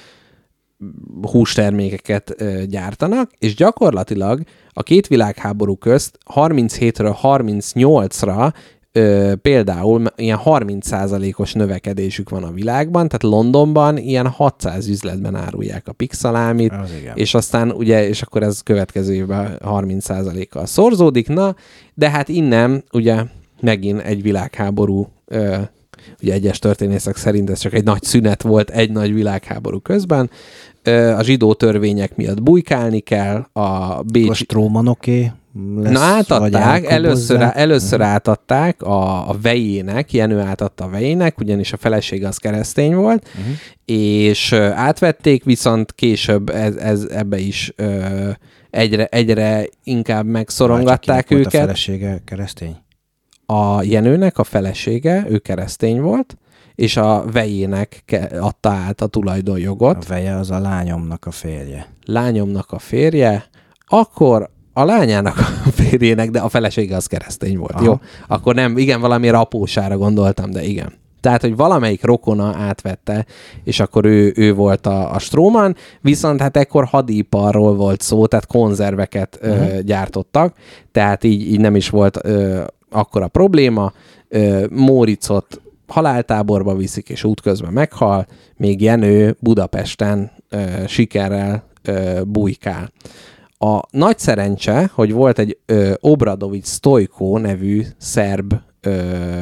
hústermékeket ö, gyártanak, és gyakorlatilag a két világháború közt harminchétről harmincnyolcra Ö, például ilyen harminc százalékos növekedésük van a világban, tehát Londonban ilyen hatszáz üzletben árulják a pikszalámit, és aztán ugye, és akkor ez következő évben harminc százalékkal szorzódik, na, de hát innen ugye megint egy világháború, ö, ugye egyes történészek szerint ez csak egy nagy szünet volt egy nagy világháború közben, ö, a zsidó törvények miatt bujkálni kell, a Bécs... A Strómanoké lesz, Na átadták, először, először átadták a, a vejének, Jenő átadta a vejének, ugyanis a felesége az keresztény volt, uh-huh. és ö, átvették, viszont később ez, ez ebbe is ö, egyre, egyre inkább megszorongatták őket. Volt a felesége keresztény? A Jenőnek a felesége, ő keresztény volt, és a vejének ke- adta át a tulajdonjogot. A veje az a lányomnak a férje. Lányomnak a férje, akkor a lányának a férjének, de a felesége az keresztény volt. Aha. Jó? Akkor nem, igen, valami apósára gondoltam, de igen. Tehát, hogy valamelyik rokona átvette, és akkor ő, ő volt a, a Stróman, viszont hát ekkor hadiparról volt szó, tehát konzerveket uh-huh. ö, gyártottak, tehát így, így nem is volt ö, akkora probléma. Ö, Móriczot haláltáborba viszik, és útközben meghal, még Jenő Budapesten ö, sikerrel ö, bujkál. A nagy szerencse, hogy volt egy ö, Obradovics Stojko nevű szerb, ö,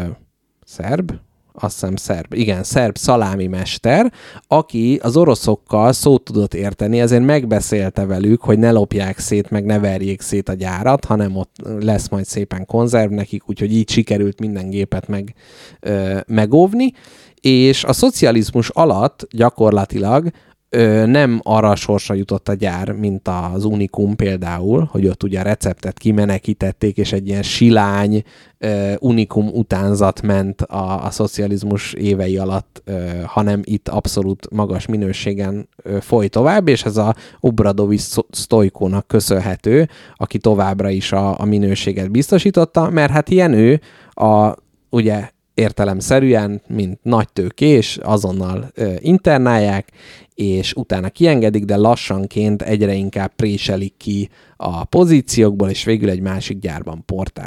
szerb? Azt hiszem szerb, igen, szerb szalámi mester, aki az oroszokkal szót tudott érteni, ezért megbeszélte velük, hogy ne lopják szét, meg ne verjék szét a gyárat, hanem ott lesz majd szépen konzerv nekik, úgyhogy így sikerült minden gépet meg, ö, megóvni, és a szocializmus alatt gyakorlatilag Ö, nem arra a sorsra jutott a gyár, mint az Unikum például, hogy ott ugye a receptet kimenekítették, és egy ilyen silány ö, Unikum utánzat ment a, a szocializmus évei alatt, ö, hanem itt abszolút magas minőségen ö, foly tovább, és ez a Obradovics Stojkónak köszönhető, aki továbbra is a, a minőséget biztosította, mert hát Jenő a, ugye értelemszerűen, mint nagy tőkés, azonnal ö, internálják, és utána kiengedik, de lassanként egyre inkább préselik ki a pozíciókból, és végül egy másik gyárban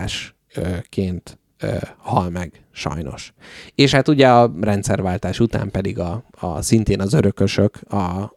portásként ö, hal meg, sajnos. És hát ugye a rendszerváltás után pedig a, a szintén az örökösök a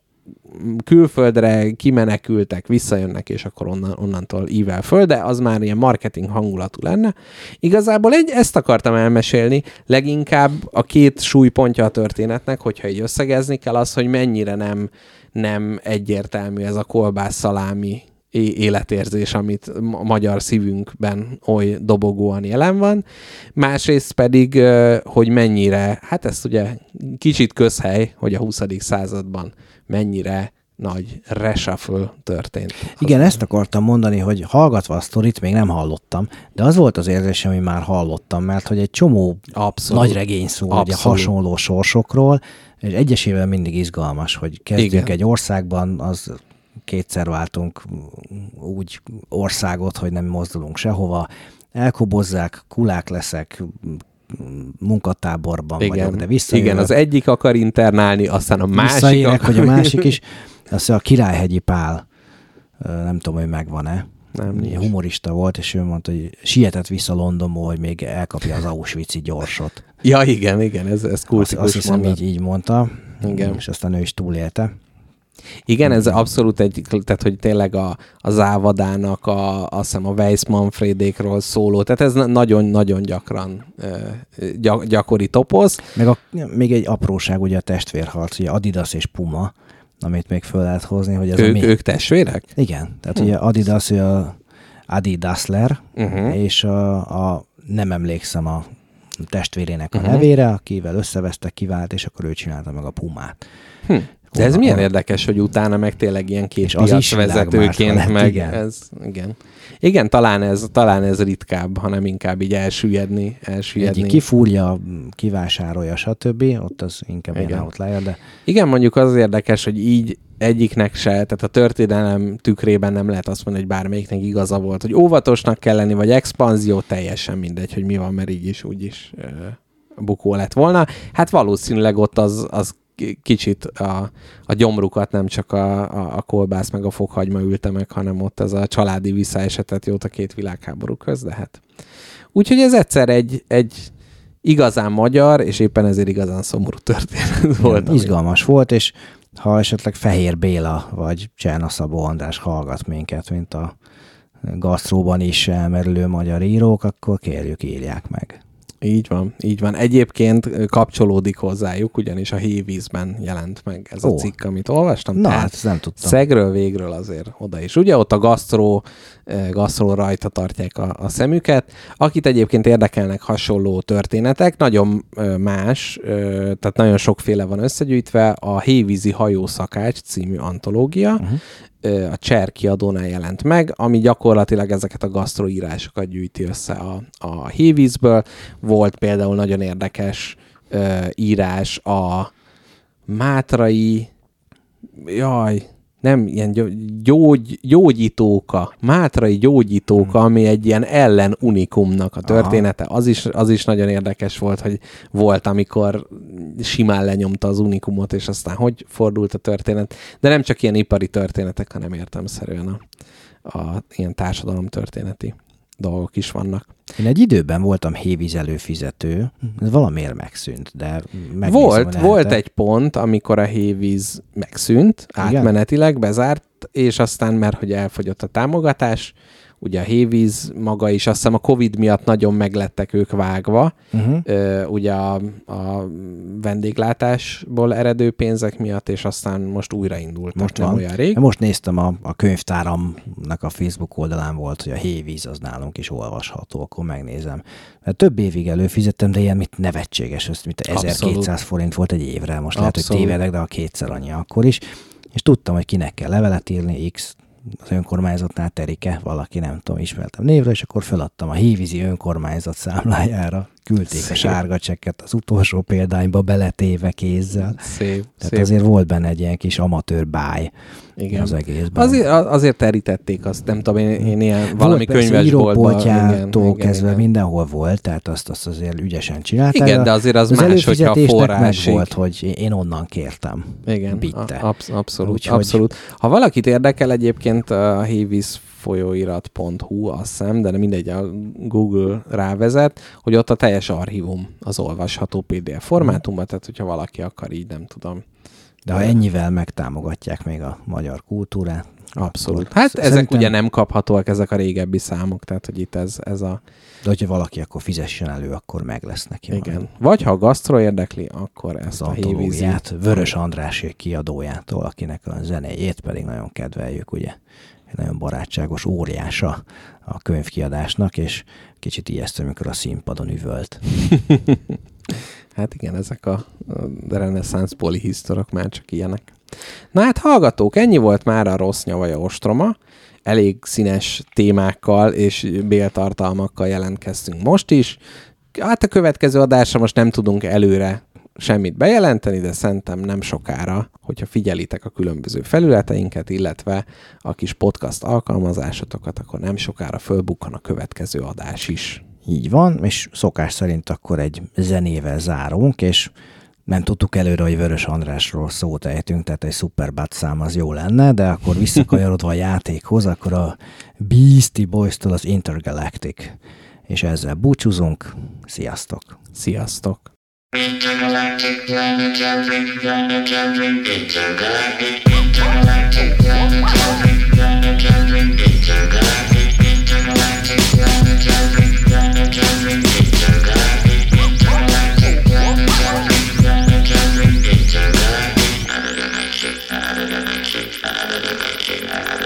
külföldre kimenekültek, visszajönnek, és akkor onnan, onnantól ível föl, de az már ilyen marketing hangulatú lenne. Igazából egy, ezt akartam elmesélni, leginkább a két súlypontja a történetnek, hogyha így összegezni kell, az, hogy mennyire nem, nem egyértelmű ez a kolbász-szalámi életérzés, amit a magyar szívünkben oly dobogóan jelen van. Másrészt pedig, hogy mennyire, hát ezt ugye kicsit közhely, hogy a huszadik században mennyire nagy reshuffle történt. Igen, ezt akartam mondani, hogy hallgatva a sztorit még nem hallottam, de az volt az érzésem, hogy már hallottam, mert hogy egy csomó Abszolút. nagy regény szól ugye hasonló sorsokról, és egyesével mindig izgalmas, hogy kezdjünk Igen. egy országban, az kétszer váltunk úgy országot, hogy nem mozdulunk sehova. Elkobozzák, kulák leszek, munkatáborban igen. vagyok, de visszajövök. Igen, az egyik akar internálni, aztán a másik Visszaérek, akar... hogy a másik is. Azt a Királyhegyi Pál, nem tudom, hogy megvan-e. Nem, humorista volt, és ő mondta, hogy sietett vissza Londonból, hogy még elkapja az Auschwitz-i gyorsot. Ja, igen, igen, ez, ez kultikus. Azt, azt hiszem, így, így mondta, igen. És aztán ő is túlélte. Igen, ez abszolút egy, tehát hogy tényleg a, a Závadának, a, azt hiszem a Weiss-Manfredékról szóló, tehát ez nagyon-nagyon gyakran gyak, gyakori topoz. Meg a, még egy apróság, ugye a testvérharc, ugye Adidas és Puma, amit még föl lehet hozni, hogy ez ők, a mi... ők testvérek? Igen, tehát hm. ugye Adidas, ugye a Adidasler, uh-huh. és a, a nem emlékszem a testvérének a uh-huh. nevére, akivel összevesztek, kivált, és akkor ő csinálta meg a Pumát. Hm. De ez milyen érdekes, hogy utána meg tényleg ilyen két piacvezetőként meg igen. ez, igen. Igen, talán ez, talán ez ritkább, hanem inkább így elsüllyedni. elsüllyedni. Egyik kifúrja, kivásárolja, stb. Ott az inkább igen. ilyen outlier, de... Igen, mondjuk az érdekes, hogy így egyiknek se, tehát a történelem tükrében nem lehet azt mondani, hogy bármelyiknek igaza volt, hogy óvatosnak kell lenni, vagy expanzió, teljesen mindegy, hogy mi van, mert így is, úgy is uh, bukó lett volna. Hát valószínűleg ott az, az kicsit a, a gyomrukat nem csak a, a, a kolbász meg a fokhagyma ülte meg, hanem ott ez a családi visszaesetett jót a két világháború köz, de hát. Úgyhogy ez egyszer egy, egy igazán magyar, és éppen ezért igazán szomorú történet volt. Izgalmas ami... volt, és ha esetleg Fehér Béla vagy Cserna Szabó András hallgat minket, mint a gasztróban is elmerülő magyar írók, akkor kérjük, írják meg. Így van, így van. Egyébként kapcsolódik hozzájuk, ugyanis a Hévízben jelent meg ez Ó. a cikk, amit olvastam. Na, hát ezt nem tudtam. Szegről végről azért oda is. Ugye ott a gasztró, gasztró rajta tartják a, a szemüket. Akit egyébként érdekelnek hasonló történetek, nagyon más, tehát nagyon sokféle van összegyűjtve, a Hévízi hajószakács című antológia, uh-huh. a Cser kiadónál jelent meg, ami gyakorlatilag ezeket a gasztroírásokat gyűjti össze a, a Hévízből. Volt például nagyon érdekes uh, írás a Mátrai, jaj, nem, ilyen gyógy, gyógyítóka, Mátrai gyógyítóka, ami egy ilyen ellen unikumnak a története. Az is, az is nagyon érdekes volt, hogy volt, amikor simán lenyomta az unikumot, és aztán hogy fordult a történet. De nem csak ilyen ipari történetek, hanem értelemszerűen a, a ilyen társadalomtörténeti dolgok is vannak. Én egy időben voltam Hévíz előfizető, ez valamiért megszűnt, de megnézem, Volt, volt egy pont, amikor a Hévíz megszűnt, igen? Átmenetileg bezárt, és aztán, mert hogy elfogyott a támogatás, ugye a Hévíz maga is, azt hiszem a Covid miatt nagyon meglettek ők vágva, uh-huh. Ö, ugye a, a vendéglátásból eredő pénzek miatt, és aztán most újraindult. Most nem van. olyan rég. Most néztem, a, a könyvtáramnak a Facebook oldalán volt, hogy a Hévíz az nálunk is olvasható, akkor megnézem. Mert több évig előfizettem, de ilyen mit nevetséges, ez mit ezerkétszáz forint volt egy évre, most Abszolút. Lehet, hogy tévedek, de a kétszer annyi akkor is. És tudtam, hogy kinek kell levelet írni, X az önkormányzatnál Terike, valaki nem tudom, ismertem névre, és akkor feladtam a Hévízi önkormányzat számlájára. Küldték szép. A sárga csekket az utolsó példányba beletéve kézzel. Szép, Tehát szép. azért volt benne egy ilyen kis amatőr báj igen. az egészben. Azért, azért terítették azt, nem tudom, én, én ilyen volt valami könyvesboltban. Írópoltjától kezdve igen. mindenhol volt, tehát azt, azt azért ügyesen csinálták. Igen, de azért az, az más, hogyha a forrásig. Meg volt, hogy én onnan kértem. Igen, Bitte. Absz- abszolút, Úgy, abszolút. Ha valakit érdekel egyébként a hévíz folyóirat pont hu, azt hiszem, de mindegy, a Google rávezet, hogy ott a teljes archívum az olvasható pé dé ef formátumban, tehát hogyha valaki akar, így nem tudom. De ha ennyivel megtámogatják még a magyar kultúrát. Abszolút. Hát ezek szerintem... ugye nem kaphatóak, ezek a régebbi számok, tehát hogy itt ez, ez a... De hogyha valaki akkor fizessen elő, akkor meg lesz neki. Igen. Valami. Vagy ha a gasztro érdekli, akkor ezt az a Hévízit. Vörös Andrásék kiadójától, akinek a zenéjét pedig nagyon kedveljük, ugye. Egy nagyon barátságos óriása a könyvkiadásnak, és kicsit ijesztő, amikor a színpadon üvölt. Hát igen, ezek a, a reneszánsz polihisztorok már csak ilyenek. Na hát hallgatók, ennyi volt már a Rossz Nyavaja Ostroma. Elég színes témákkal és béltartalmakkal jelentkeztünk most is. Hát a következő adásra most nem tudunk előre semmit bejelenteni, de szerintem nem sokára, hogyha figyelitek a különböző felületeinket, illetve a kis podcast alkalmazásotokat, akkor nem sokára fölbukkan a következő adás is. Így van, és szokás szerint akkor egy zenével zárunk, és nem tudtuk előre, hogy Vörös Andrásról szót ejtünk, tehát egy Superbad szám az jó lenne, de akkor visszakanyarodva a játékhoz, akkor a Beastie Boys-tól az Intergalactic. És ezzel búcsúzunk. Sziasztok! Sziasztok! Intergalactic planetary, planetary, intergalactic, intergalactic, planetary, planetary, intergalactic, intergalactic, planetary, planetary, intergalactic, intergalactic, planetary, planetary, intergalactic, intergalactic, intergalactic, intergalactic,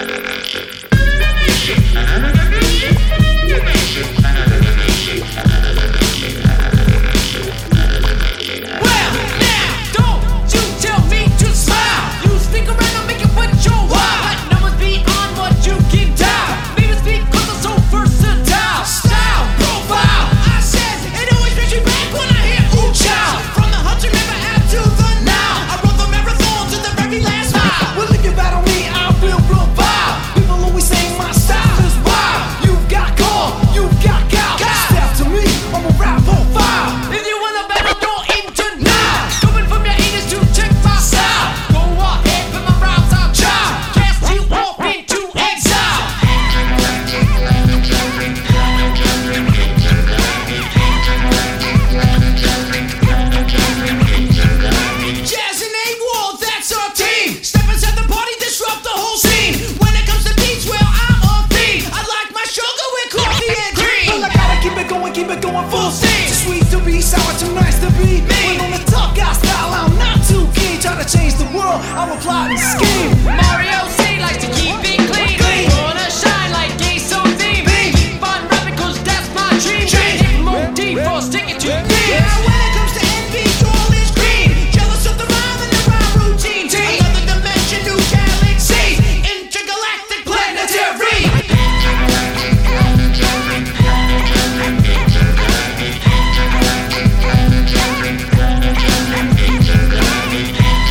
I'm a plotting scheme. Mario C likes to keep it clean. clean. Wanna shine like gay so theme. Keep on rapping cause that's my dream. Dream. More deep for sticking to me. Yeah, when it comes to envy, all is green. Jealous of the rhyme and the rhyme routine. Team. Another dimension, new galaxy. Intergalactic planetary. Intergalactic planetary. Intergalactic planetary. Intergalactic planetary.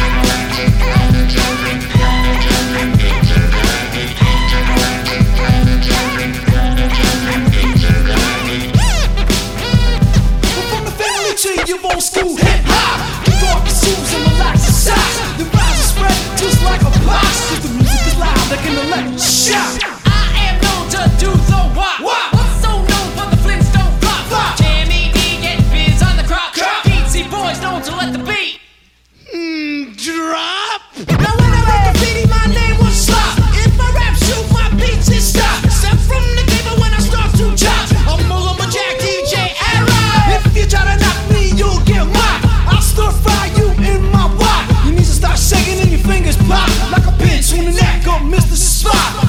You've old school hip hop. You thought the shoes and relax the socks. The rise is spread just like a box. Cause the music is loud like an electric shock. I am known to do the wop. Wop. What's so known for the Flintstone flop? Flop. Jamie D get biz on the crop. Crop. Beatsy Boys known to let the beat mm, drop. Now when I wrote graffiti, my name was Slop. If I rap shoot, my beats is stop. Step from the table when I start to chop. I'm Mullah Jack D J era. If you try to knock me, you'll get mocked. I'll stir fry you in my wok. Your knees will start shaking and your fingers pop like a pinch when the neck of Mister Spock.